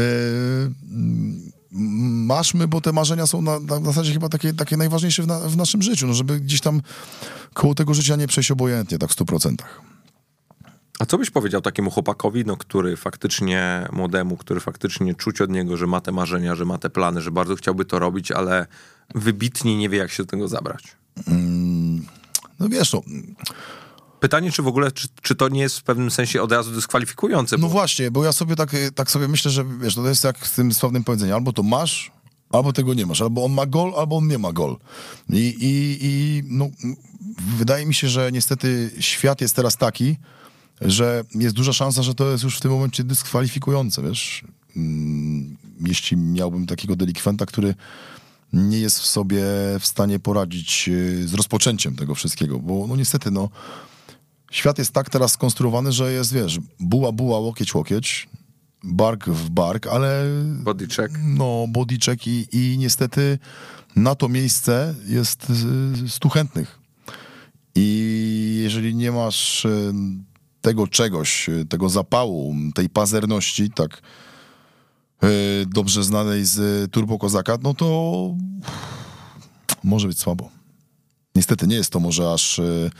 maszmy, bo te marzenia są na, na zasadzie chyba takie, takie najważniejsze w, na, w naszym życiu, no żeby gdzieś tam koło tego życia nie przejść obojętnie, tak w stu procentach. A co byś powiedział takiemu chłopakowi, no, który faktycznie, młodemu, który faktycznie czuć od niego, że ma te marzenia, że ma te plany, że bardzo chciałby to robić, ale wybitnie nie wie, jak się do tego zabrać? Mm, no wiesz, no... Pytanie, czy w ogóle, czy, czy to nie jest w pewnym sensie od razu dyskwalifikujące? Bo... No właśnie, bo ja sobie tak, tak sobie myślę, że wiesz, no to jest jak z tym sławnym powiedzeniem, albo to masz, albo tego nie masz, albo on ma gol, albo on nie ma gol. I, i, i no, wydaje mi się, że niestety świat jest teraz taki, że jest duża szansa, że to jest już w tym momencie dyskwalifikujące, wiesz. Jeśli miałbym takiego delikwenta, który nie jest w sobie w stanie poradzić z rozpoczęciem tego wszystkiego, bo no niestety, no świat jest tak teraz skonstruowany, że jest, wiesz, buła, buła, łokieć, łokieć, bark w bark, ale... Body check. No, body check i, i niestety na to miejsce jest stu chętnych. I jeżeli nie masz tego czegoś, tego zapału, tej pazerności, tak dobrze znanej z Turbo Kozaka, no to może być słabo. Niestety nie jest to może aż...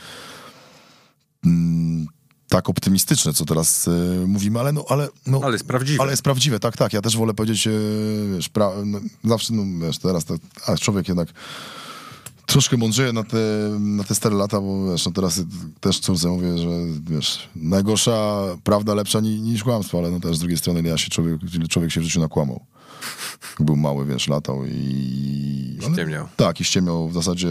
tak optymistyczne, co teraz y, mówimy, ale no, ale... No, ale jest prawdziwe. Ale jest prawdziwe, tak, tak. Ja też wolę powiedzieć, y, wiesz, pra, no, zawsze, no wiesz, teraz, to, a człowiek jednak troszkę mądrzeje na te, na te stare lata, bo wiesz, no teraz też córce mówię, że wiesz, najgorsza prawda lepsza ni, niż kłamstwo, ale no też z drugiej strony ja się człowiek, człowiek się w życiu nakłamał. Był mały, wiesz, latał i... I ściemniał. Tak, i ściemniał w zasadzie...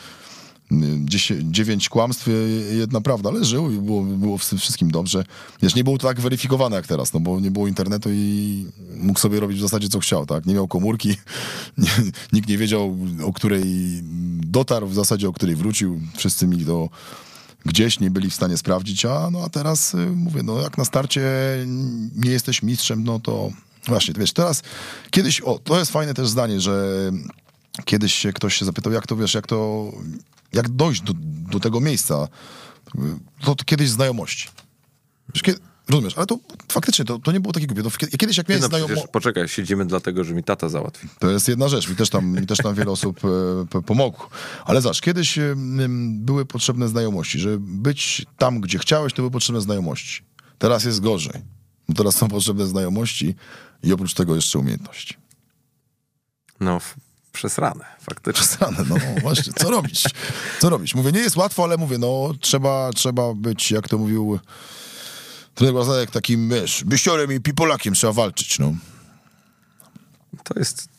dziewięć kłamstw, jedna prawda, ale żył i było, było wszystkim dobrze. Wiesz, nie było to tak weryfikowane jak teraz, no bo nie było internetu i mógł sobie robić w zasadzie co chciał, tak? Nie miał komórki, nie, nikt nie wiedział, o której dotarł, w zasadzie o której wrócił. Wszyscy mieli to gdzieś, nie byli w stanie sprawdzić, a no a teraz mówię, no jak na starcie nie jesteś mistrzem, no to właśnie, wiesz, teraz kiedyś, o, to jest fajne też zdanie, że kiedyś się ktoś się zapytał, jak to, wiesz, jak to jak dojść do, do tego miejsca, to, to kiedyś znajomości. Kiedy, rozumiesz, ale to faktycznie to, to nie było takie głupie. To kiedyś jak miałeś no znajomości... Poczekaj, siedzimy dlatego, że mi tata załatwi. To jest jedna rzecz, mi też tam, mi też tam wiele osób e, pomogło. Ale zobacz, kiedyś e, były potrzebne znajomości. Żeby być tam, gdzie chciałeś, to były potrzebne znajomości. Teraz jest gorzej. Bo teraz są potrzebne znajomości i oprócz tego jeszcze umiejętności. No... Przesrane, faktycznie. Przesrane, no właśnie, co robić? Co robić? Mówię, nie jest łatwo, ale mówię, no trzeba, trzeba być, jak to mówił trener Brazylek, takim, wiesz, byściorem i pipolakiem trzeba walczyć, no. To jest...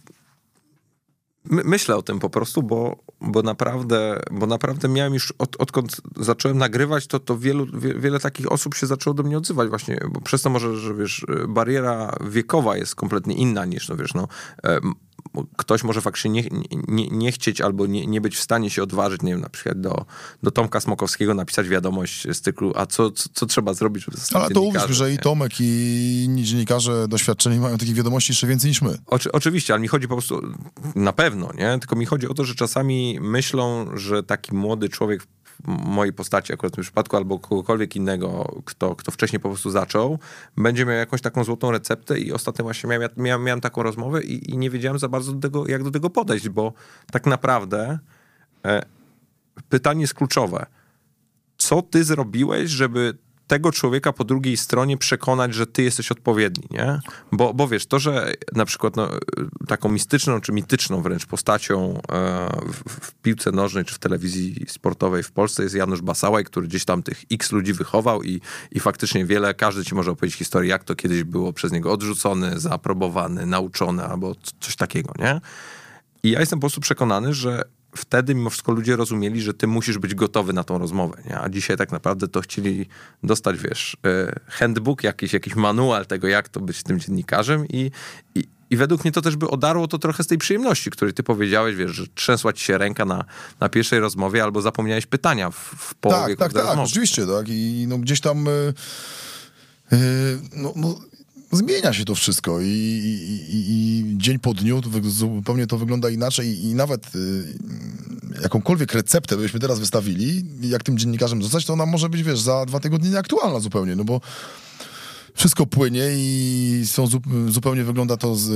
My, myślę o tym po prostu, bo, bo naprawdę bo naprawdę miałem już, od, odkąd zacząłem nagrywać, to, to wielu, wie, wiele takich osób się zaczęło do mnie odzywać właśnie, bo przez to może, że wiesz, bariera wiekowa jest kompletnie inna niż, no wiesz, no... Ktoś może faktycznie nie, nie, nie chcieć albo nie, nie być w stanie się odważyć, nie wiem, na przykład do, do Tomka Smokowskiego napisać wiadomość z cyklu, a co, co, co trzeba zrobić, żeby zostać Ale to uwierz, że i Tomek, i inni dziennikarze doświadczeni mają takich wiadomości jeszcze więcej niż my. Oczy, oczywiście, ale mi chodzi po prostu, na pewno, nie? Tylko mi chodzi o to, że czasami myślą, że taki młody człowiek w mojej postaci, akurat w tym przypadku, albo kogokolwiek innego, kto, kto wcześniej po prostu zaczął, będzie miał jakąś taką złotą receptę i ostatnio właśnie miałem, miałem, miałem taką rozmowę i, i nie wiedziałem za bardzo do tego, jak do tego podejść, bo tak naprawdę e, pytanie jest kluczowe. Co ty zrobiłeś, żeby tego człowieka po drugiej stronie przekonać, że ty jesteś odpowiedni, nie? Bo, bo wiesz, to, że na przykład no, taką mistyczną czy mityczną wręcz postacią e, w, w piłce nożnej czy w telewizji sportowej w Polsce jest Janusz Basałaj, który gdzieś tam tych x ludzi wychował i, i faktycznie wiele, każdy ci może opowiedzieć historię, jak to kiedyś było przez niego odrzucony, zaaprobowany, nauczony albo coś takiego, nie? I ja jestem po prostu przekonany, że wtedy mimo wszystko ludzie rozumieli, że ty musisz być gotowy na tą rozmowę, nie? A dzisiaj tak naprawdę to chcieli dostać, wiesz, handbook, jakiś, jakiś manual tego, jak to być tym dziennikarzem i, i, i według mnie to też by odarło to trochę z tej przyjemności, której ty powiedziałeś, wiesz, że trzęsła ci się ręka na, na pierwszej rozmowie albo zapomniałeś pytania w, w połowie Tak, tak, tak, rozmowy. oczywiście, tak. I no, gdzieś tam yy, yy, no, no, zmienia się to wszystko i, i, i, i dzień po dniu to wy, zupełnie to wygląda inaczej i, i nawet yy, jakąkolwiek receptę byśmy teraz wystawili, jak tym dziennikarzem zostać, to ona może być, wiesz, za dwa tygodnie nieaktualna zupełnie, no bo wszystko płynie i są, zupełnie wygląda to z,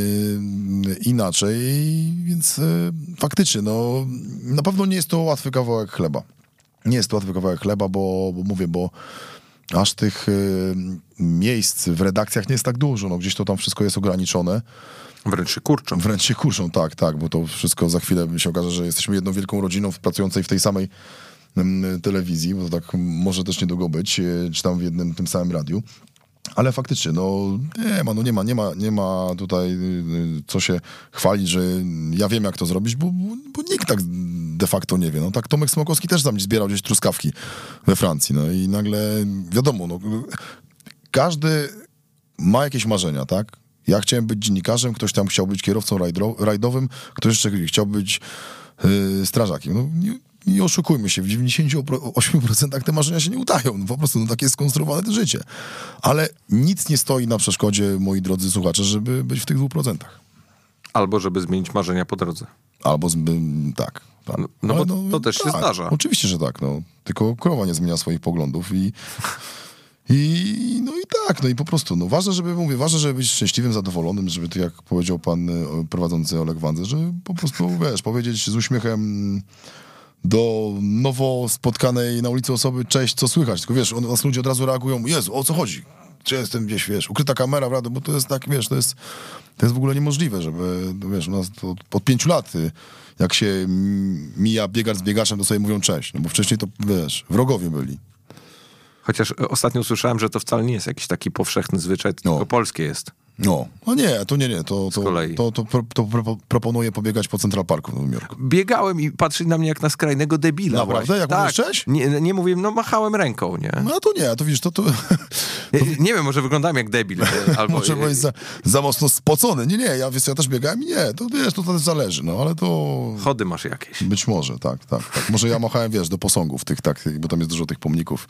yy, inaczej, więc yy, faktycznie, no na pewno nie jest to łatwy kawałek chleba. Nie jest to łatwy kawałek chleba, bo, bo mówię, bo aż tych y, miejsc w redakcjach nie jest tak dużo, no gdzieś to tam wszystko jest ograniczone. Wręcz się kurczą. Wręcz się kurczą, tak, tak, bo to wszystko za chwilę się okaże, że jesteśmy jedną wielką rodziną pracującej w tej samej y, telewizji, bo to tak może też niedługo być, y, czy tam w jednym tym samym radiu. Ale faktycznie, no nie ma, no nie ma, nie ma, nie ma tutaj y, co się chwalić, że ja wiem, jak to zrobić, bo, bo, bo nikt tak de facto nie wie. No tak Tomek Smokowski też tam zbierał gdzieś truskawki we Francji, no i nagle wiadomo, no każdy ma jakieś marzenia, tak? Ja chciałem być dziennikarzem, ktoś tam chciał być kierowcą rajdro, rajdowym, ktoś jeszcze chciał być y, strażakiem. No nie, nie oszukujmy się, w dziewięćdziesięciu ośmiu procentach te marzenia się nie udają. No po prostu no, takie jest skonstruowane to życie. Ale nic nie stoi na przeszkodzie, moi drodzy słuchacze, żeby być w tych dwóch procentach. Albo żeby zmienić marzenia po drodze. Albo z, tak. tak. No, no bo no, to też tak, się zdarza. Oczywiście, że tak. No. Tylko krowa nie zmienia swoich poglądów i I, no i tak, no i po prostu, no ważne, żeby, mówię, ważne, żeby być szczęśliwym, zadowolonym, żeby to, jak powiedział pan prowadzący Oleg Wandzel, żeby po prostu, wiesz, powiedzieć z uśmiechem do nowo spotkanej na ulicy osoby, cześć, co słychać, tylko wiesz, on, nas ludzie od razu reagują, Jezu, o co chodzi? Czy jestem gdzieś, wiesz, ukryta kamera, prawda, bo to jest tak, wiesz, to jest, to jest w ogóle niemożliwe, żeby, wiesz, u nas to od pięciu lat, jak się mija biegacz z biegaczem, to sobie mówią cześć, no bo wcześniej to, wiesz, wrogowie byli. Chociaż ostatnio usłyszałem, że to wcale nie jest jakiś taki powszechny zwyczaj, tylko no. polskie jest. No, no nie, to nie, nie, to, to, Z kolei. to, to, to, to pro, proponuję pobiegać po Central Parku w Nowym Jorku. Biegałem i patrzyli na mnie jak na skrajnego debila. Naprawdę? Właśnie. Jak tak. mówisz cześć? Nie, nie mówiłem, no machałem ręką, nie? No to nie, to widzisz, to... to, to... Nie, nie wiem, może wyglądałem jak debil. Albo... Może byłeś za, za mocno spocony. Nie, nie, ja, wiesz, ja też biegałem i nie, to wiesz, to, to też zależy, no, ale to... Chody masz jakieś. Być może, tak, tak, tak. Może ja machałem, wiesz, do posągów tych, tak, bo tam jest dużo tych pomników.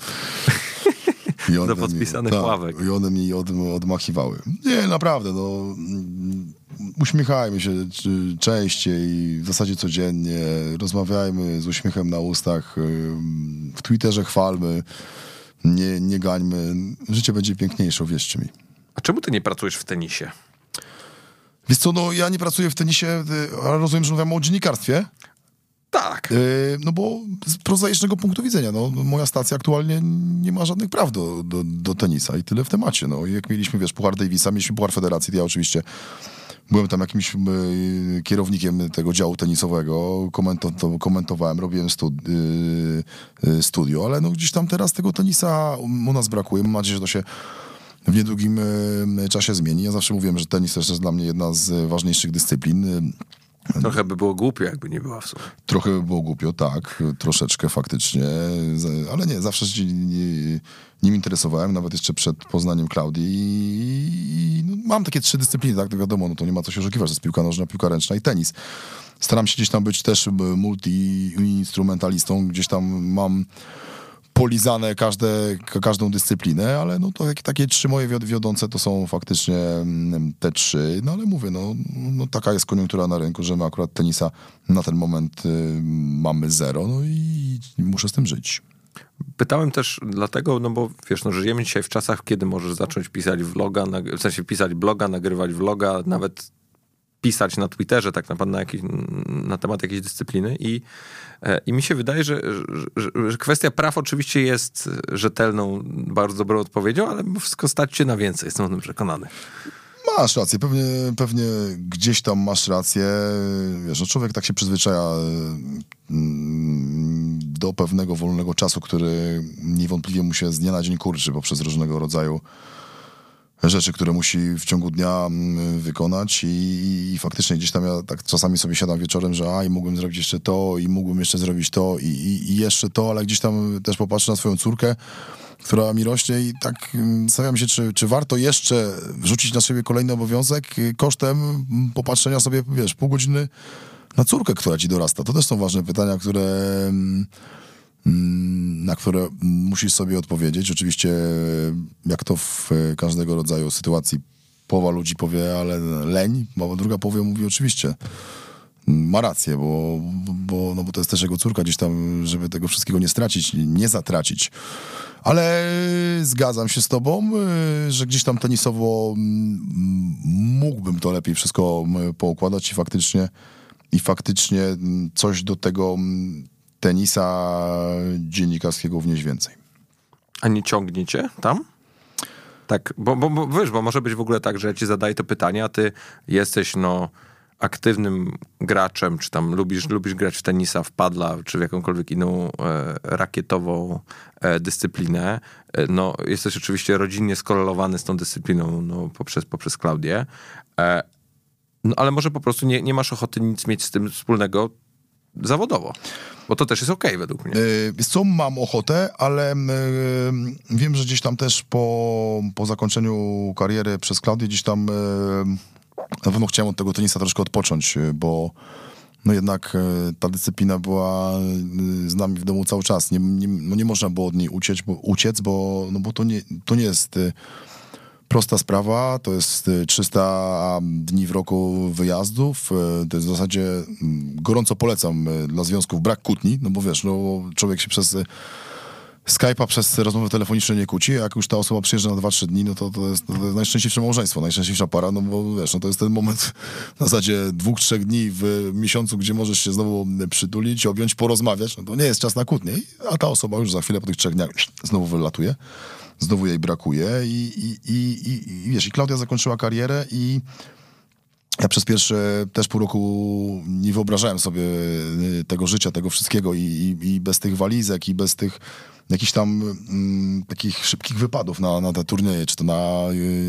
I one do podpisanych mi, tak, ławek. I one mi od, odmachiwały. Nie, naprawdę, no... Uśmiechajmy się częściej, w zasadzie codziennie, rozmawiajmy z uśmiechem na ustach, w Twitterze chwalmy, nie, nie gańmy. Życie będzie piękniejsze, wierzcie mi. A czemu ty nie pracujesz w tenisie? Wiesz co, no ja nie pracuję w tenisie, ale rozumiem, że mówimy o dziennikarstwie. Tak. Yy, no bo z prozaicznego punktu widzenia, no moja stacja aktualnie nie ma żadnych praw do, do, do tenisa i tyle w temacie. No jak mieliśmy, wiesz, Puchar Davisa, mieliśmy Puchar Federacji, to ja oczywiście byłem tam jakimś yy, kierownikiem tego działu tenisowego, komento, to komentowałem, robiłem studi yy, studio, ale no gdzieś tam teraz tego tenisa u nas brakuje. Mam nadzieję, że to się w niedługim yy, czasie zmieni. Ja zawsze mówiłem, że tenis też jest dla mnie jedna z ważniejszych dyscyplin. Trochę by było głupio, jakby nie była w sumie. Trochę by było głupio, tak, troszeczkę faktycznie, ale nie, zawsze się nim interesowałem, nawet jeszcze przed poznaniem Klaudii i no, mam takie trzy dyscypliny, tak, to wiadomo, no to nie ma co się oszukiwać, że jest piłka nożna, piłka ręczna i tenis. Staram się gdzieś tam być też multi-instrumentalistą, gdzieś tam mam polizane każde, każdą dyscyplinę, ale no to takie, takie trzy moje wiodące to są faktycznie te trzy, no ale mówię, no, no taka jest koniunktura na rynku, że my akurat tenisa na ten moment y, mamy zero, no i muszę z tym żyć. Pytałem też dlatego, no bo wiesz, no żyjemy dzisiaj w czasach, kiedy możesz zacząć pisać vloga, w sensie pisać bloga, nagrywać vloga, nawet pisać na Twitterze tak naprawdę na, jakiś, na temat jakiejś dyscypliny i, i mi się wydaje, że, że, że kwestia praw oczywiście jest rzetelną, bardzo dobrą odpowiedzią, ale mimo wszystko stać się na więcej, jestem o tym przekonany. Masz rację, pewnie, pewnie gdzieś tam masz rację. Wiesz, no człowiek tak się przyzwyczaja do pewnego wolnego czasu, który niewątpliwie mu się z dnia na dzień kurczy poprzez różnego rodzaju rzeczy, które musi w ciągu dnia wykonać i, i faktycznie gdzieś tam ja tak czasami sobie siadam wieczorem, że a i mógłbym zrobić jeszcze to i mógłbym jeszcze zrobić to i, i, i jeszcze to, ale gdzieś tam też popatrzę na swoją córkę, która mi rośnie i tak zastanawiam się, czy, czy warto jeszcze wrzucić na siebie kolejny obowiązek kosztem popatrzenia sobie, wiesz, pół godziny na córkę, która ci dorasta. To też są ważne pytania, które, na które musisz sobie odpowiedzieć. Oczywiście, jak to w każdego rodzaju sytuacji, połowa ludzi powie, ale leń, a druga połowa mówi oczywiście. Ma rację, bo, bo, no bo to jest też jego córka gdzieś tam, żeby tego wszystkiego nie stracić, nie zatracić. Ale zgadzam się z tobą, że gdzieś tam tenisowo mógłbym to lepiej wszystko poukładać i faktycznie, i faktycznie coś do tego tenisa dziennikarskiego wnieść więcej. A nie ciągniecie tam? Tak, bo, bo, bo wiesz, bo może być w ogóle tak, że ja ci zadaję to pytanie, a ty jesteś no aktywnym graczem, czy tam lubisz, lubisz grać w tenisa, w padla, czy w jakąkolwiek inną e, rakietową e, dyscyplinę. E, no, jesteś oczywiście rodzinnie skorelowany z tą dyscypliną no, poprzez, poprzez Klaudię. E, no, ale może po prostu nie, nie masz ochoty nic mieć z tym wspólnego zawodowo. Bo to też jest okej, według mnie. Wiesz co, mam ochotę, ale yy, wiem, że gdzieś tam też po, po zakończeniu kariery przez Klaudię gdzieś tam yy, na pewno chciałem od tego tenisa troszkę odpocząć, bo no jednak yy, ta dyscyplina była yy, z nami w domu cały czas. Nie, nie, no nie można było od niej uciec, bo, uciec, bo, no bo to, nie, to nie jest yy, prosta sprawa. To jest yy, trzysta dni w roku wyjazdów. Yy, to jest w zasadzie yy, gorąco polecam yy, dla związków brak kłótni, no bo wiesz, no człowiek się przez yy, Skype'a przez rozmowy telefoniczne nie kłóci, a jak już ta osoba przyjeżdża na dwa trzy dni, no to, to, jest, to jest najszczęśliwsze małżeństwo, najszczęśliwsza para, no bo wiesz, no to jest ten moment w zasadzie dwóch, trzech dni w miesiącu, gdzie możesz się znowu przytulić, objąć, porozmawiać, no to nie jest czas na kłótnię, a ta osoba już za chwilę po tych trzech dniach znowu wylatuje, znowu jej brakuje i, i, i, i, i wiesz, i Klaudia zakończyła karierę i ja przez pierwsze też pół roku nie wyobrażałem sobie tego życia, tego wszystkiego i, i, i bez tych walizek i bez tych jakichś tam mm, takich szybkich wypadów na, na te turnieje, czy to na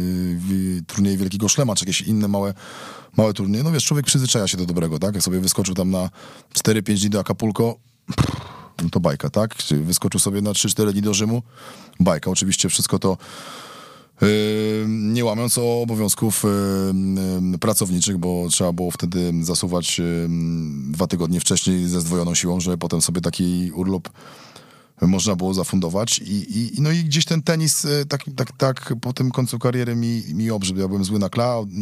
y, turnieje Wielkiego Szlema, czy jakieś inne małe, małe turnieje. No wiesz, człowiek przyzwyczaja się do dobrego, tak? Jak sobie wyskoczył tam na cztery pięć dni do Acapulco, no to bajka, tak? Czy wyskoczył sobie na trzy cztery dni do Rzymu, bajka. Oczywiście wszystko to Yy, nie łamiąc obowiązków yy, pracowniczych, bo trzeba było wtedy zasuwać yy, dwa tygodnie wcześniej ze zdwojoną siłą, żeby potem sobie taki urlop można było zafundować i, i, no i gdzieś ten tenis yy, tak, tak, tak po tym końcu kariery mi, mi obrzydł. Ja byłem zły na Klaudię,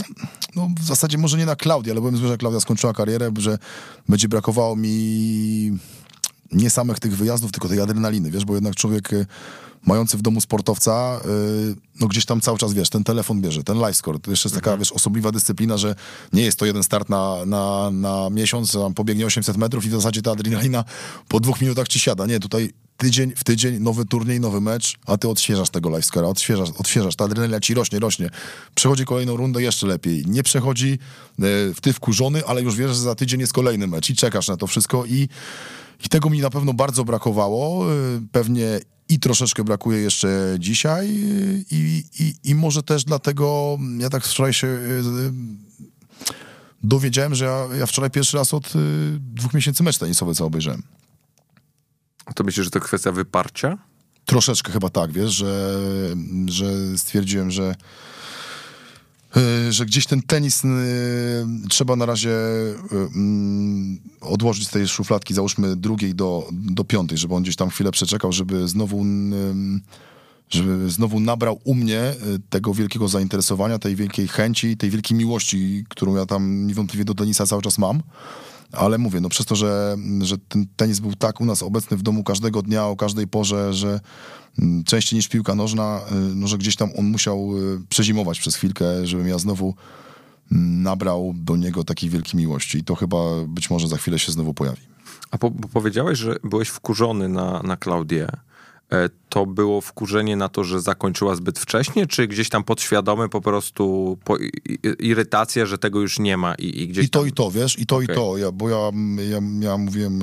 no w zasadzie może nie na Klaudię, ale byłem zły, że Klaudia skończyła karierę, że będzie brakowało mi nie samych tych wyjazdów, tylko tej adrenaliny, wiesz, bo jednak człowiek mający w domu sportowca, yy, no gdzieś tam cały czas, wiesz, ten telefon bierze, ten live score, to jeszcze jest taka, wiesz, osobliwa dyscyplina, że nie jest to jeden start na, na, na miesiąc, tam pobiegnie osiemset metrów i w zasadzie ta adrenalina po dwóch minutach ci siada. Nie, tutaj tydzień w tydzień, nowy turniej, nowy mecz, a ty odświeżasz tego live score'a, odświeżasz, odświeżasz, ta adrenalina ci rośnie, rośnie. Przechodzi kolejną rundę jeszcze lepiej. Nie przechodzi, yy, ty wkurzony, ale już wiesz, że za tydzień jest kolejny mecz i czekasz na to wszystko i, i tego mi na pewno bardzo brakowało. Yy, pewnie i troszeczkę brakuje jeszcze dzisiaj i, i, i może też dlatego ja tak wczoraj się dowiedziałem, że ja, ja wczoraj pierwszy raz od dwóch miesięcy mecz tenisowy co obejrzałem. A to myślisz, że to kwestia wyparcia? Troszeczkę chyba tak, wiesz, że, że stwierdziłem, że że gdzieś ten tenis y, trzeba na razie y, y, odłożyć z tej szufladki, załóżmy drugiej do, do piątej, żeby on gdzieś tam chwilę przeczekał, żeby znowu, y, żeby znowu nabrał u mnie tego wielkiego zainteresowania, tej wielkiej chęci, tej wielkiej miłości, którą ja tam niewątpliwie do tenisa cały czas mam. Ale mówię, no przez to, że, że ten tenis był tak u nas obecny w domu każdego dnia, o każdej porze, że częściej niż piłka nożna, no że gdzieś tam on musiał przezimować przez chwilkę, żebym ja znowu nabrał do niego takiej wielkiej miłości i to chyba być może za chwilę się znowu pojawi. A po, bo powiedziałeś, że byłeś wkurzony na, na Klaudię. To było wkurzenie na to, że zakończyła zbyt wcześnie, czy gdzieś tam podświadome po prostu po, irytacja, że tego już nie ma i, i gdzieś I to tam... i to, wiesz, i to okay. i to, ja, bo ja, ja, ja mówiłem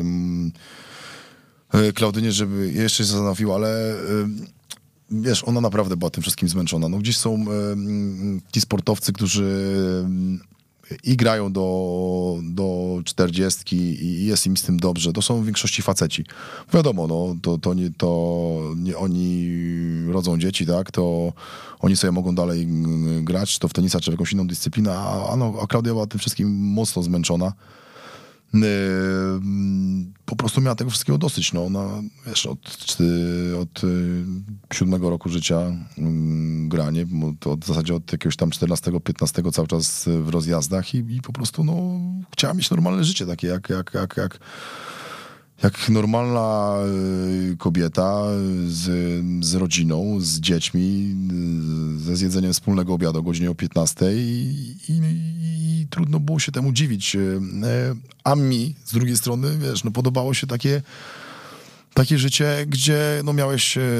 yy, yy, Klaudynie, żeby jeszcze się zastanowiła, ale yy, wiesz, ona naprawdę była tym wszystkim zmęczona. No gdzieś są yy, ci sportowcy, którzy yy, i grają do, do czterdziestki i jest im z tym dobrze. To są w większości faceci. Wiadomo, no, to, to, nie, to nie oni rodzą dzieci, tak? To oni sobie mogą dalej grać, czy to w tenisa, czy w jakąś inną dyscyplinę, a, a, no, a Klaudia była tym wszystkim mocno zmęczona. Yy, po prostu miała tego wszystkiego dosyć. No. Ona, wiesz, od, od siódmego roku życia yy, granie, to w zasadzie od jakiegoś tam czternastego, piętnastego cały czas w rozjazdach i, i po prostu no, chciała mieć normalne życie, takie jak, jak, jak, jak, jak normalna yy, kobieta z, z rodziną, z dziećmi, yy, ze zjedzeniem wspólnego obiadu o godzinie o piętnastej i, i, i trudno było się temu dziwić. Yy, a mi, z drugiej strony, wiesz, no podobało się takie, takie życie, gdzie no miałeś yy,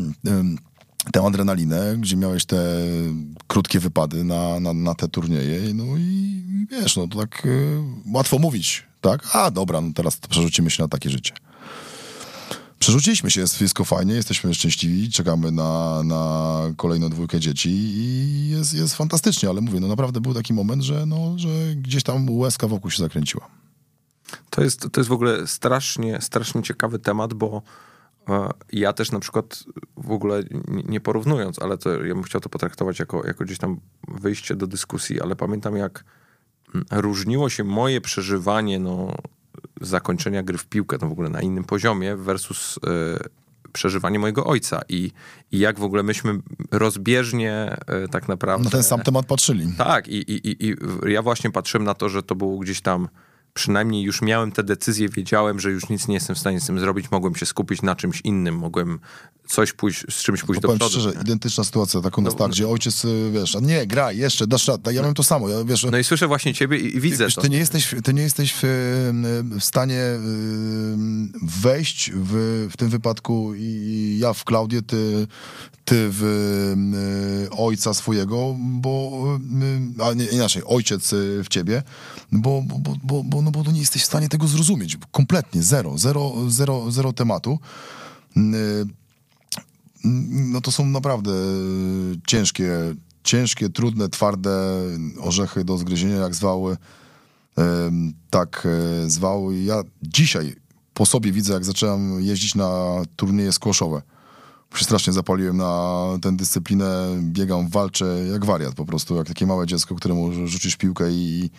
yy, tę adrenalinę, gdzie miałeś te krótkie wypady na, na, na te turnieje, no i, i wiesz, no to tak yy, łatwo mówić, tak? A dobra, no teraz przerzucimy się na takie życie. Przerzuciliśmy się, jest wszystko fajnie, jesteśmy szczęśliwi, czekamy na, na kolejną dwójkę dzieci i jest, jest fantastycznie, ale mówię, no naprawdę był taki moment, że, no, że gdzieś tam łezka wokół się zakręciła. To jest, to jest w ogóle strasznie, strasznie ciekawy temat, bo e, ja też na przykład w ogóle nie, nie porównując, ale to ja bym chciał to potraktować jako, jako gdzieś tam wyjście do dyskusji, ale pamiętam jak różniło się moje przeżywanie no, zakończenia gry w piłkę, to w ogóle na innym poziomie versus y, przeżywanie mojego ojca i, i jak w ogóle myśmy rozbieżnie y, tak naprawdę... Na ten sam temat patrzyli. Tak i, i, i, i ja właśnie patrzyłem na to, że to było gdzieś tam przynajmniej już miałem te decyzje, wiedziałem, że już nic nie jestem w stanie z tym zrobić, mogłem się skupić na czymś innym, mogłem coś pójść, z czymś pójść no, do przodu. Szczerze, identyczna sytuacja, taką no, no, gdzie ojciec, wiesz, a nie, graj, jeszcze, dasz radę, ja mam to samo, ja, wiesz... No i słyszę właśnie ciebie i, i widzę wiesz, to. Ty nie jesteś, ty nie jesteś w, w stanie wejść w, w tym wypadku i ja w Klaudię, ty, ty w ojca swojego, bo, a nie, inaczej, ojciec w ciebie, bo, bo, bo, bo, no, bo nie jesteś w stanie tego zrozumieć, kompletnie, zero, zero, zero, zero tematu. No to są naprawdę ciężkie, ciężkie, trudne, twarde orzechy do zgryzienia, jak zwał, tak zwał. Ja dzisiaj po sobie widzę, jak zacząłem jeździć na turnieje squashowe. Się strasznie zapaliłem na tę dyscyplinę, biegam, walczę jak wariat po prostu, jak takie małe dziecko, któremu rzucisz piłkę i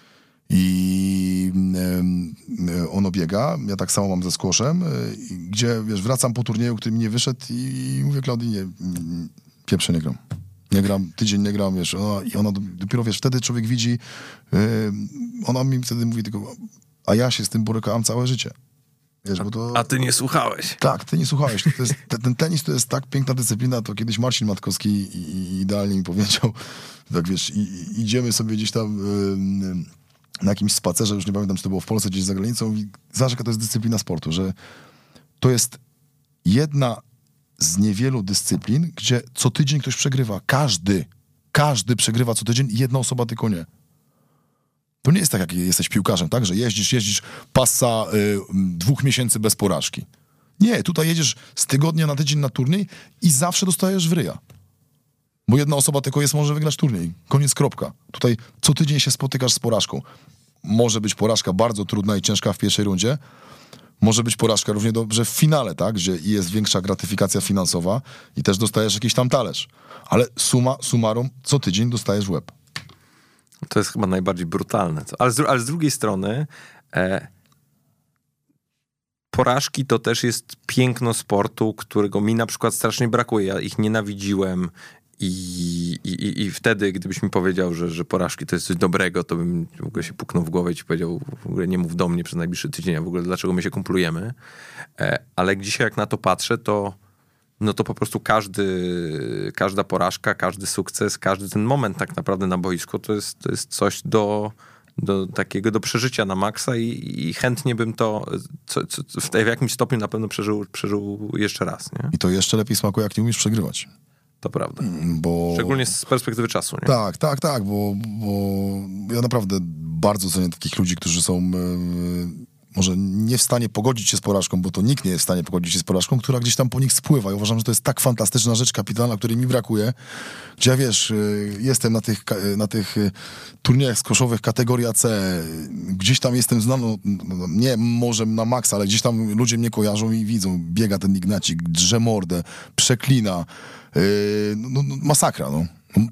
i ono biega. Ja tak samo mam ze squashem, gdzie, wiesz, wracam po turnieju, który mi nie wyszedł i mówię Klaudii, nie, pieprze, nie gram. Nie gram, tydzień nie gram, wiesz. Ona, I ona dopiero, wiesz, wtedy człowiek widzi, yy, ona mi wtedy mówi tylko, a ja się z tym borykałam całe życie. Wiesz, bo to... A ty nie słuchałeś. Tak, ty nie słuchałeś. To jest, ten tenis to jest tak piękna dyscyplina, to kiedyś Marcin Matkowski i, i idealnie mi powiedział, tak wiesz, i, i idziemy sobie gdzieś tam... Yy, na jakimś spacerze, już nie pamiętam, czy to było w Polsce, gdzieś za granicą i zobacz, jaka to jest dyscyplina sportu, że to jest jedna z niewielu dyscyplin, gdzie co tydzień ktoś przegrywa. Każdy, każdy przegrywa co tydzień i jedna osoba tylko nie. To nie jest tak, jak jesteś piłkarzem, tak, że jeździsz, jeździsz pasa y, dwóch miesięcy bez porażki. Nie, tutaj jedziesz z tygodnia na tydzień na turniej i zawsze dostajesz w ryja. Bo jedna osoba tylko jest, może wygrać turniej. Koniec, kropka. Tutaj co tydzień się spotykasz z porażką. Może być porażka bardzo trudna i ciężka w pierwszej rundzie. Może być porażka równie dobrze w finale, tak? Gdzie jest większa gratyfikacja finansowa i też dostajesz jakiś tam talerz. Ale summa summarum, co tydzień dostajesz w łeb. To jest chyba najbardziej brutalne. Ale z, ale z drugiej strony e, porażki to też jest piękno sportu, którego mi na przykład strasznie brakuje. Ja ich nienawidziłem. I, i, I wtedy, gdybyś mi powiedział, że, że porażki to jest coś dobrego, to bym w ogóle się puknął w głowę i ci powiedział, w ogóle nie mów do mnie przez najbliższy tydzień, a w ogóle dlaczego my się kumplujemy. E, ale dzisiaj jak na to patrzę, to no to po prostu każdy, każda porażka, każdy sukces, każdy ten moment tak naprawdę na boisku to jest, to jest coś do, do takiego do przeżycia na maksa i, i chętnie bym to co, co, w, w jakimś stopniu na pewno przeżył, przeżył jeszcze raz. Nie? I to jeszcze lepiej smakuje, jak nie umiesz przegrywać. To prawda. Bo... Szczególnie z perspektywy czasu. Nie? Tak, tak, tak, bo, bo ja naprawdę bardzo cenię takich ludzi, którzy są e, może nie w stanie pogodzić się z porażką, bo to nikt nie jest w stanie pogodzić się z porażką, która gdzieś tam po nich spływa. Ja uważam, że to jest tak fantastyczna rzecz kapitalna, której mi brakuje, gdzie ja wiesz, e, jestem na tych, na tych turniejach skoszowych kategoria C, gdzieś tam jestem znany, nie może na maksa, ale gdzieś tam ludzie mnie kojarzą i widzą, biega ten Ignacik, drze mordę, przeklina, no, no, masakra, no.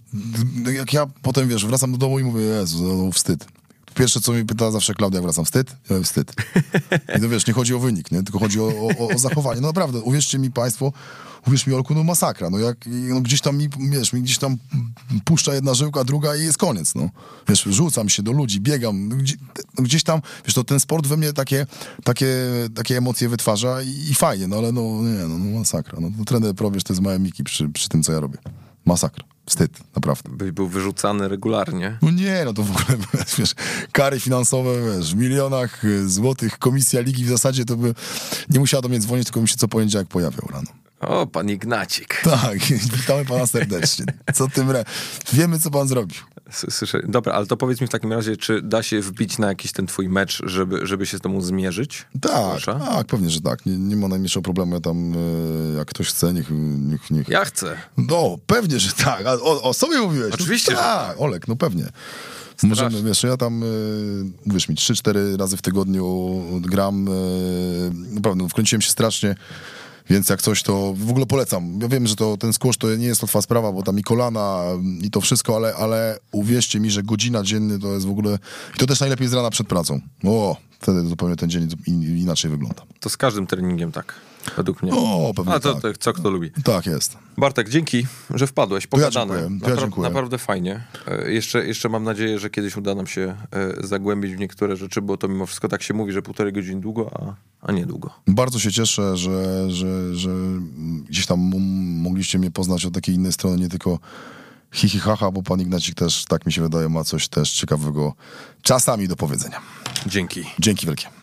Jak ja potem, wiesz, wracam do domu i mówię, Jezu, no, wstyd. Pierwsze, co mi pyta zawsze Klaudia, jak wracam, wstyd? Ja mówię, wstyd. I to wiesz, nie chodzi o wynik, nie? Tylko chodzi o, o, o zachowanie. No naprawdę, uwierzcie mi państwo, uwierz mi, Olku, no masakra. No jak no, gdzieś tam mi, wiesz, mi gdzieś tam puszcza jedna żyłka, druga i jest koniec, no. Wiesz, rzucam się do ludzi, biegam, no, gdzie, no, gdzieś tam, wiesz, to ten sport we mnie takie, takie, takie emocje wytwarza i, i fajnie, no ale no, nie, no, no masakra. No, no trener Pro, wiesz, to jest małe miki przy, przy tym, co ja robię. Masakra. Wstyd, naprawdę. Byś był wyrzucany regularnie. No nie, no to w ogóle, wiesz, kary finansowe, wiesz, w milionach złotych, komisja ligi w zasadzie to by nie musiała do mnie dzwonić, tylko mi się co poniedziałek pojawiał rano. O, pan Ignacik. Tak, witamy pana serdecznie. Co tym re... Wiemy, co pan zrobił. Słyszę. Dobra, ale to powiedz mi w takim razie, czy da się wbić na jakiś ten twój mecz, żeby, żeby się z temu zmierzyć? Tak, Proszę? tak, pewnie, że tak. Nie, nie ma najmniejszego problemu. Ja tam, e, jak ktoś chce, niech... niech, niech... Ja chcę. No, pewnie, że tak. A, o, o sobie mówiłeś. Oczywiście, no, że tak. Olek, no pewnie. Strasznie. Możemy, wiesz, ja tam, e, wiesz mi, trzy, cztery razy w tygodniu gram. E, naprawdę, no, wkręciłem się strasznie. Więc jak coś, to w ogóle polecam. Ja wiem, że to ten squash to nie jest łatwa sprawa, bo tam i kolana i to wszystko, ale, ale uwierzcie mi, że godzina dziennie to jest w ogóle... I to też najlepiej z rana przed pracą. O, wtedy zupełnie ten dzień inaczej wygląda. To z każdym treningiem tak, według mnie. O, pewnie A to, tak. to co kto lubi. Tak jest. Bartek, dzięki, że wpadłeś. To ja Pogadane. dziękuję. To ja Napra- dziękuję. Naprawdę fajnie. E, jeszcze, jeszcze mam nadzieję, że kiedyś uda nam się e, zagłębić w niektóre rzeczy, bo to mimo wszystko tak się mówi, że półtorej godziny długo, a, a nie długo. Bardzo się cieszę, że, że, że gdzieś tam m- mogliście mnie poznać od takiej innej strony, nie tylko hi, hi, ha, ha, bo pan Ignacik też, tak mi się wydaje, ma coś też ciekawego czasami do powiedzenia. Dzięki. Dzięki wielkie.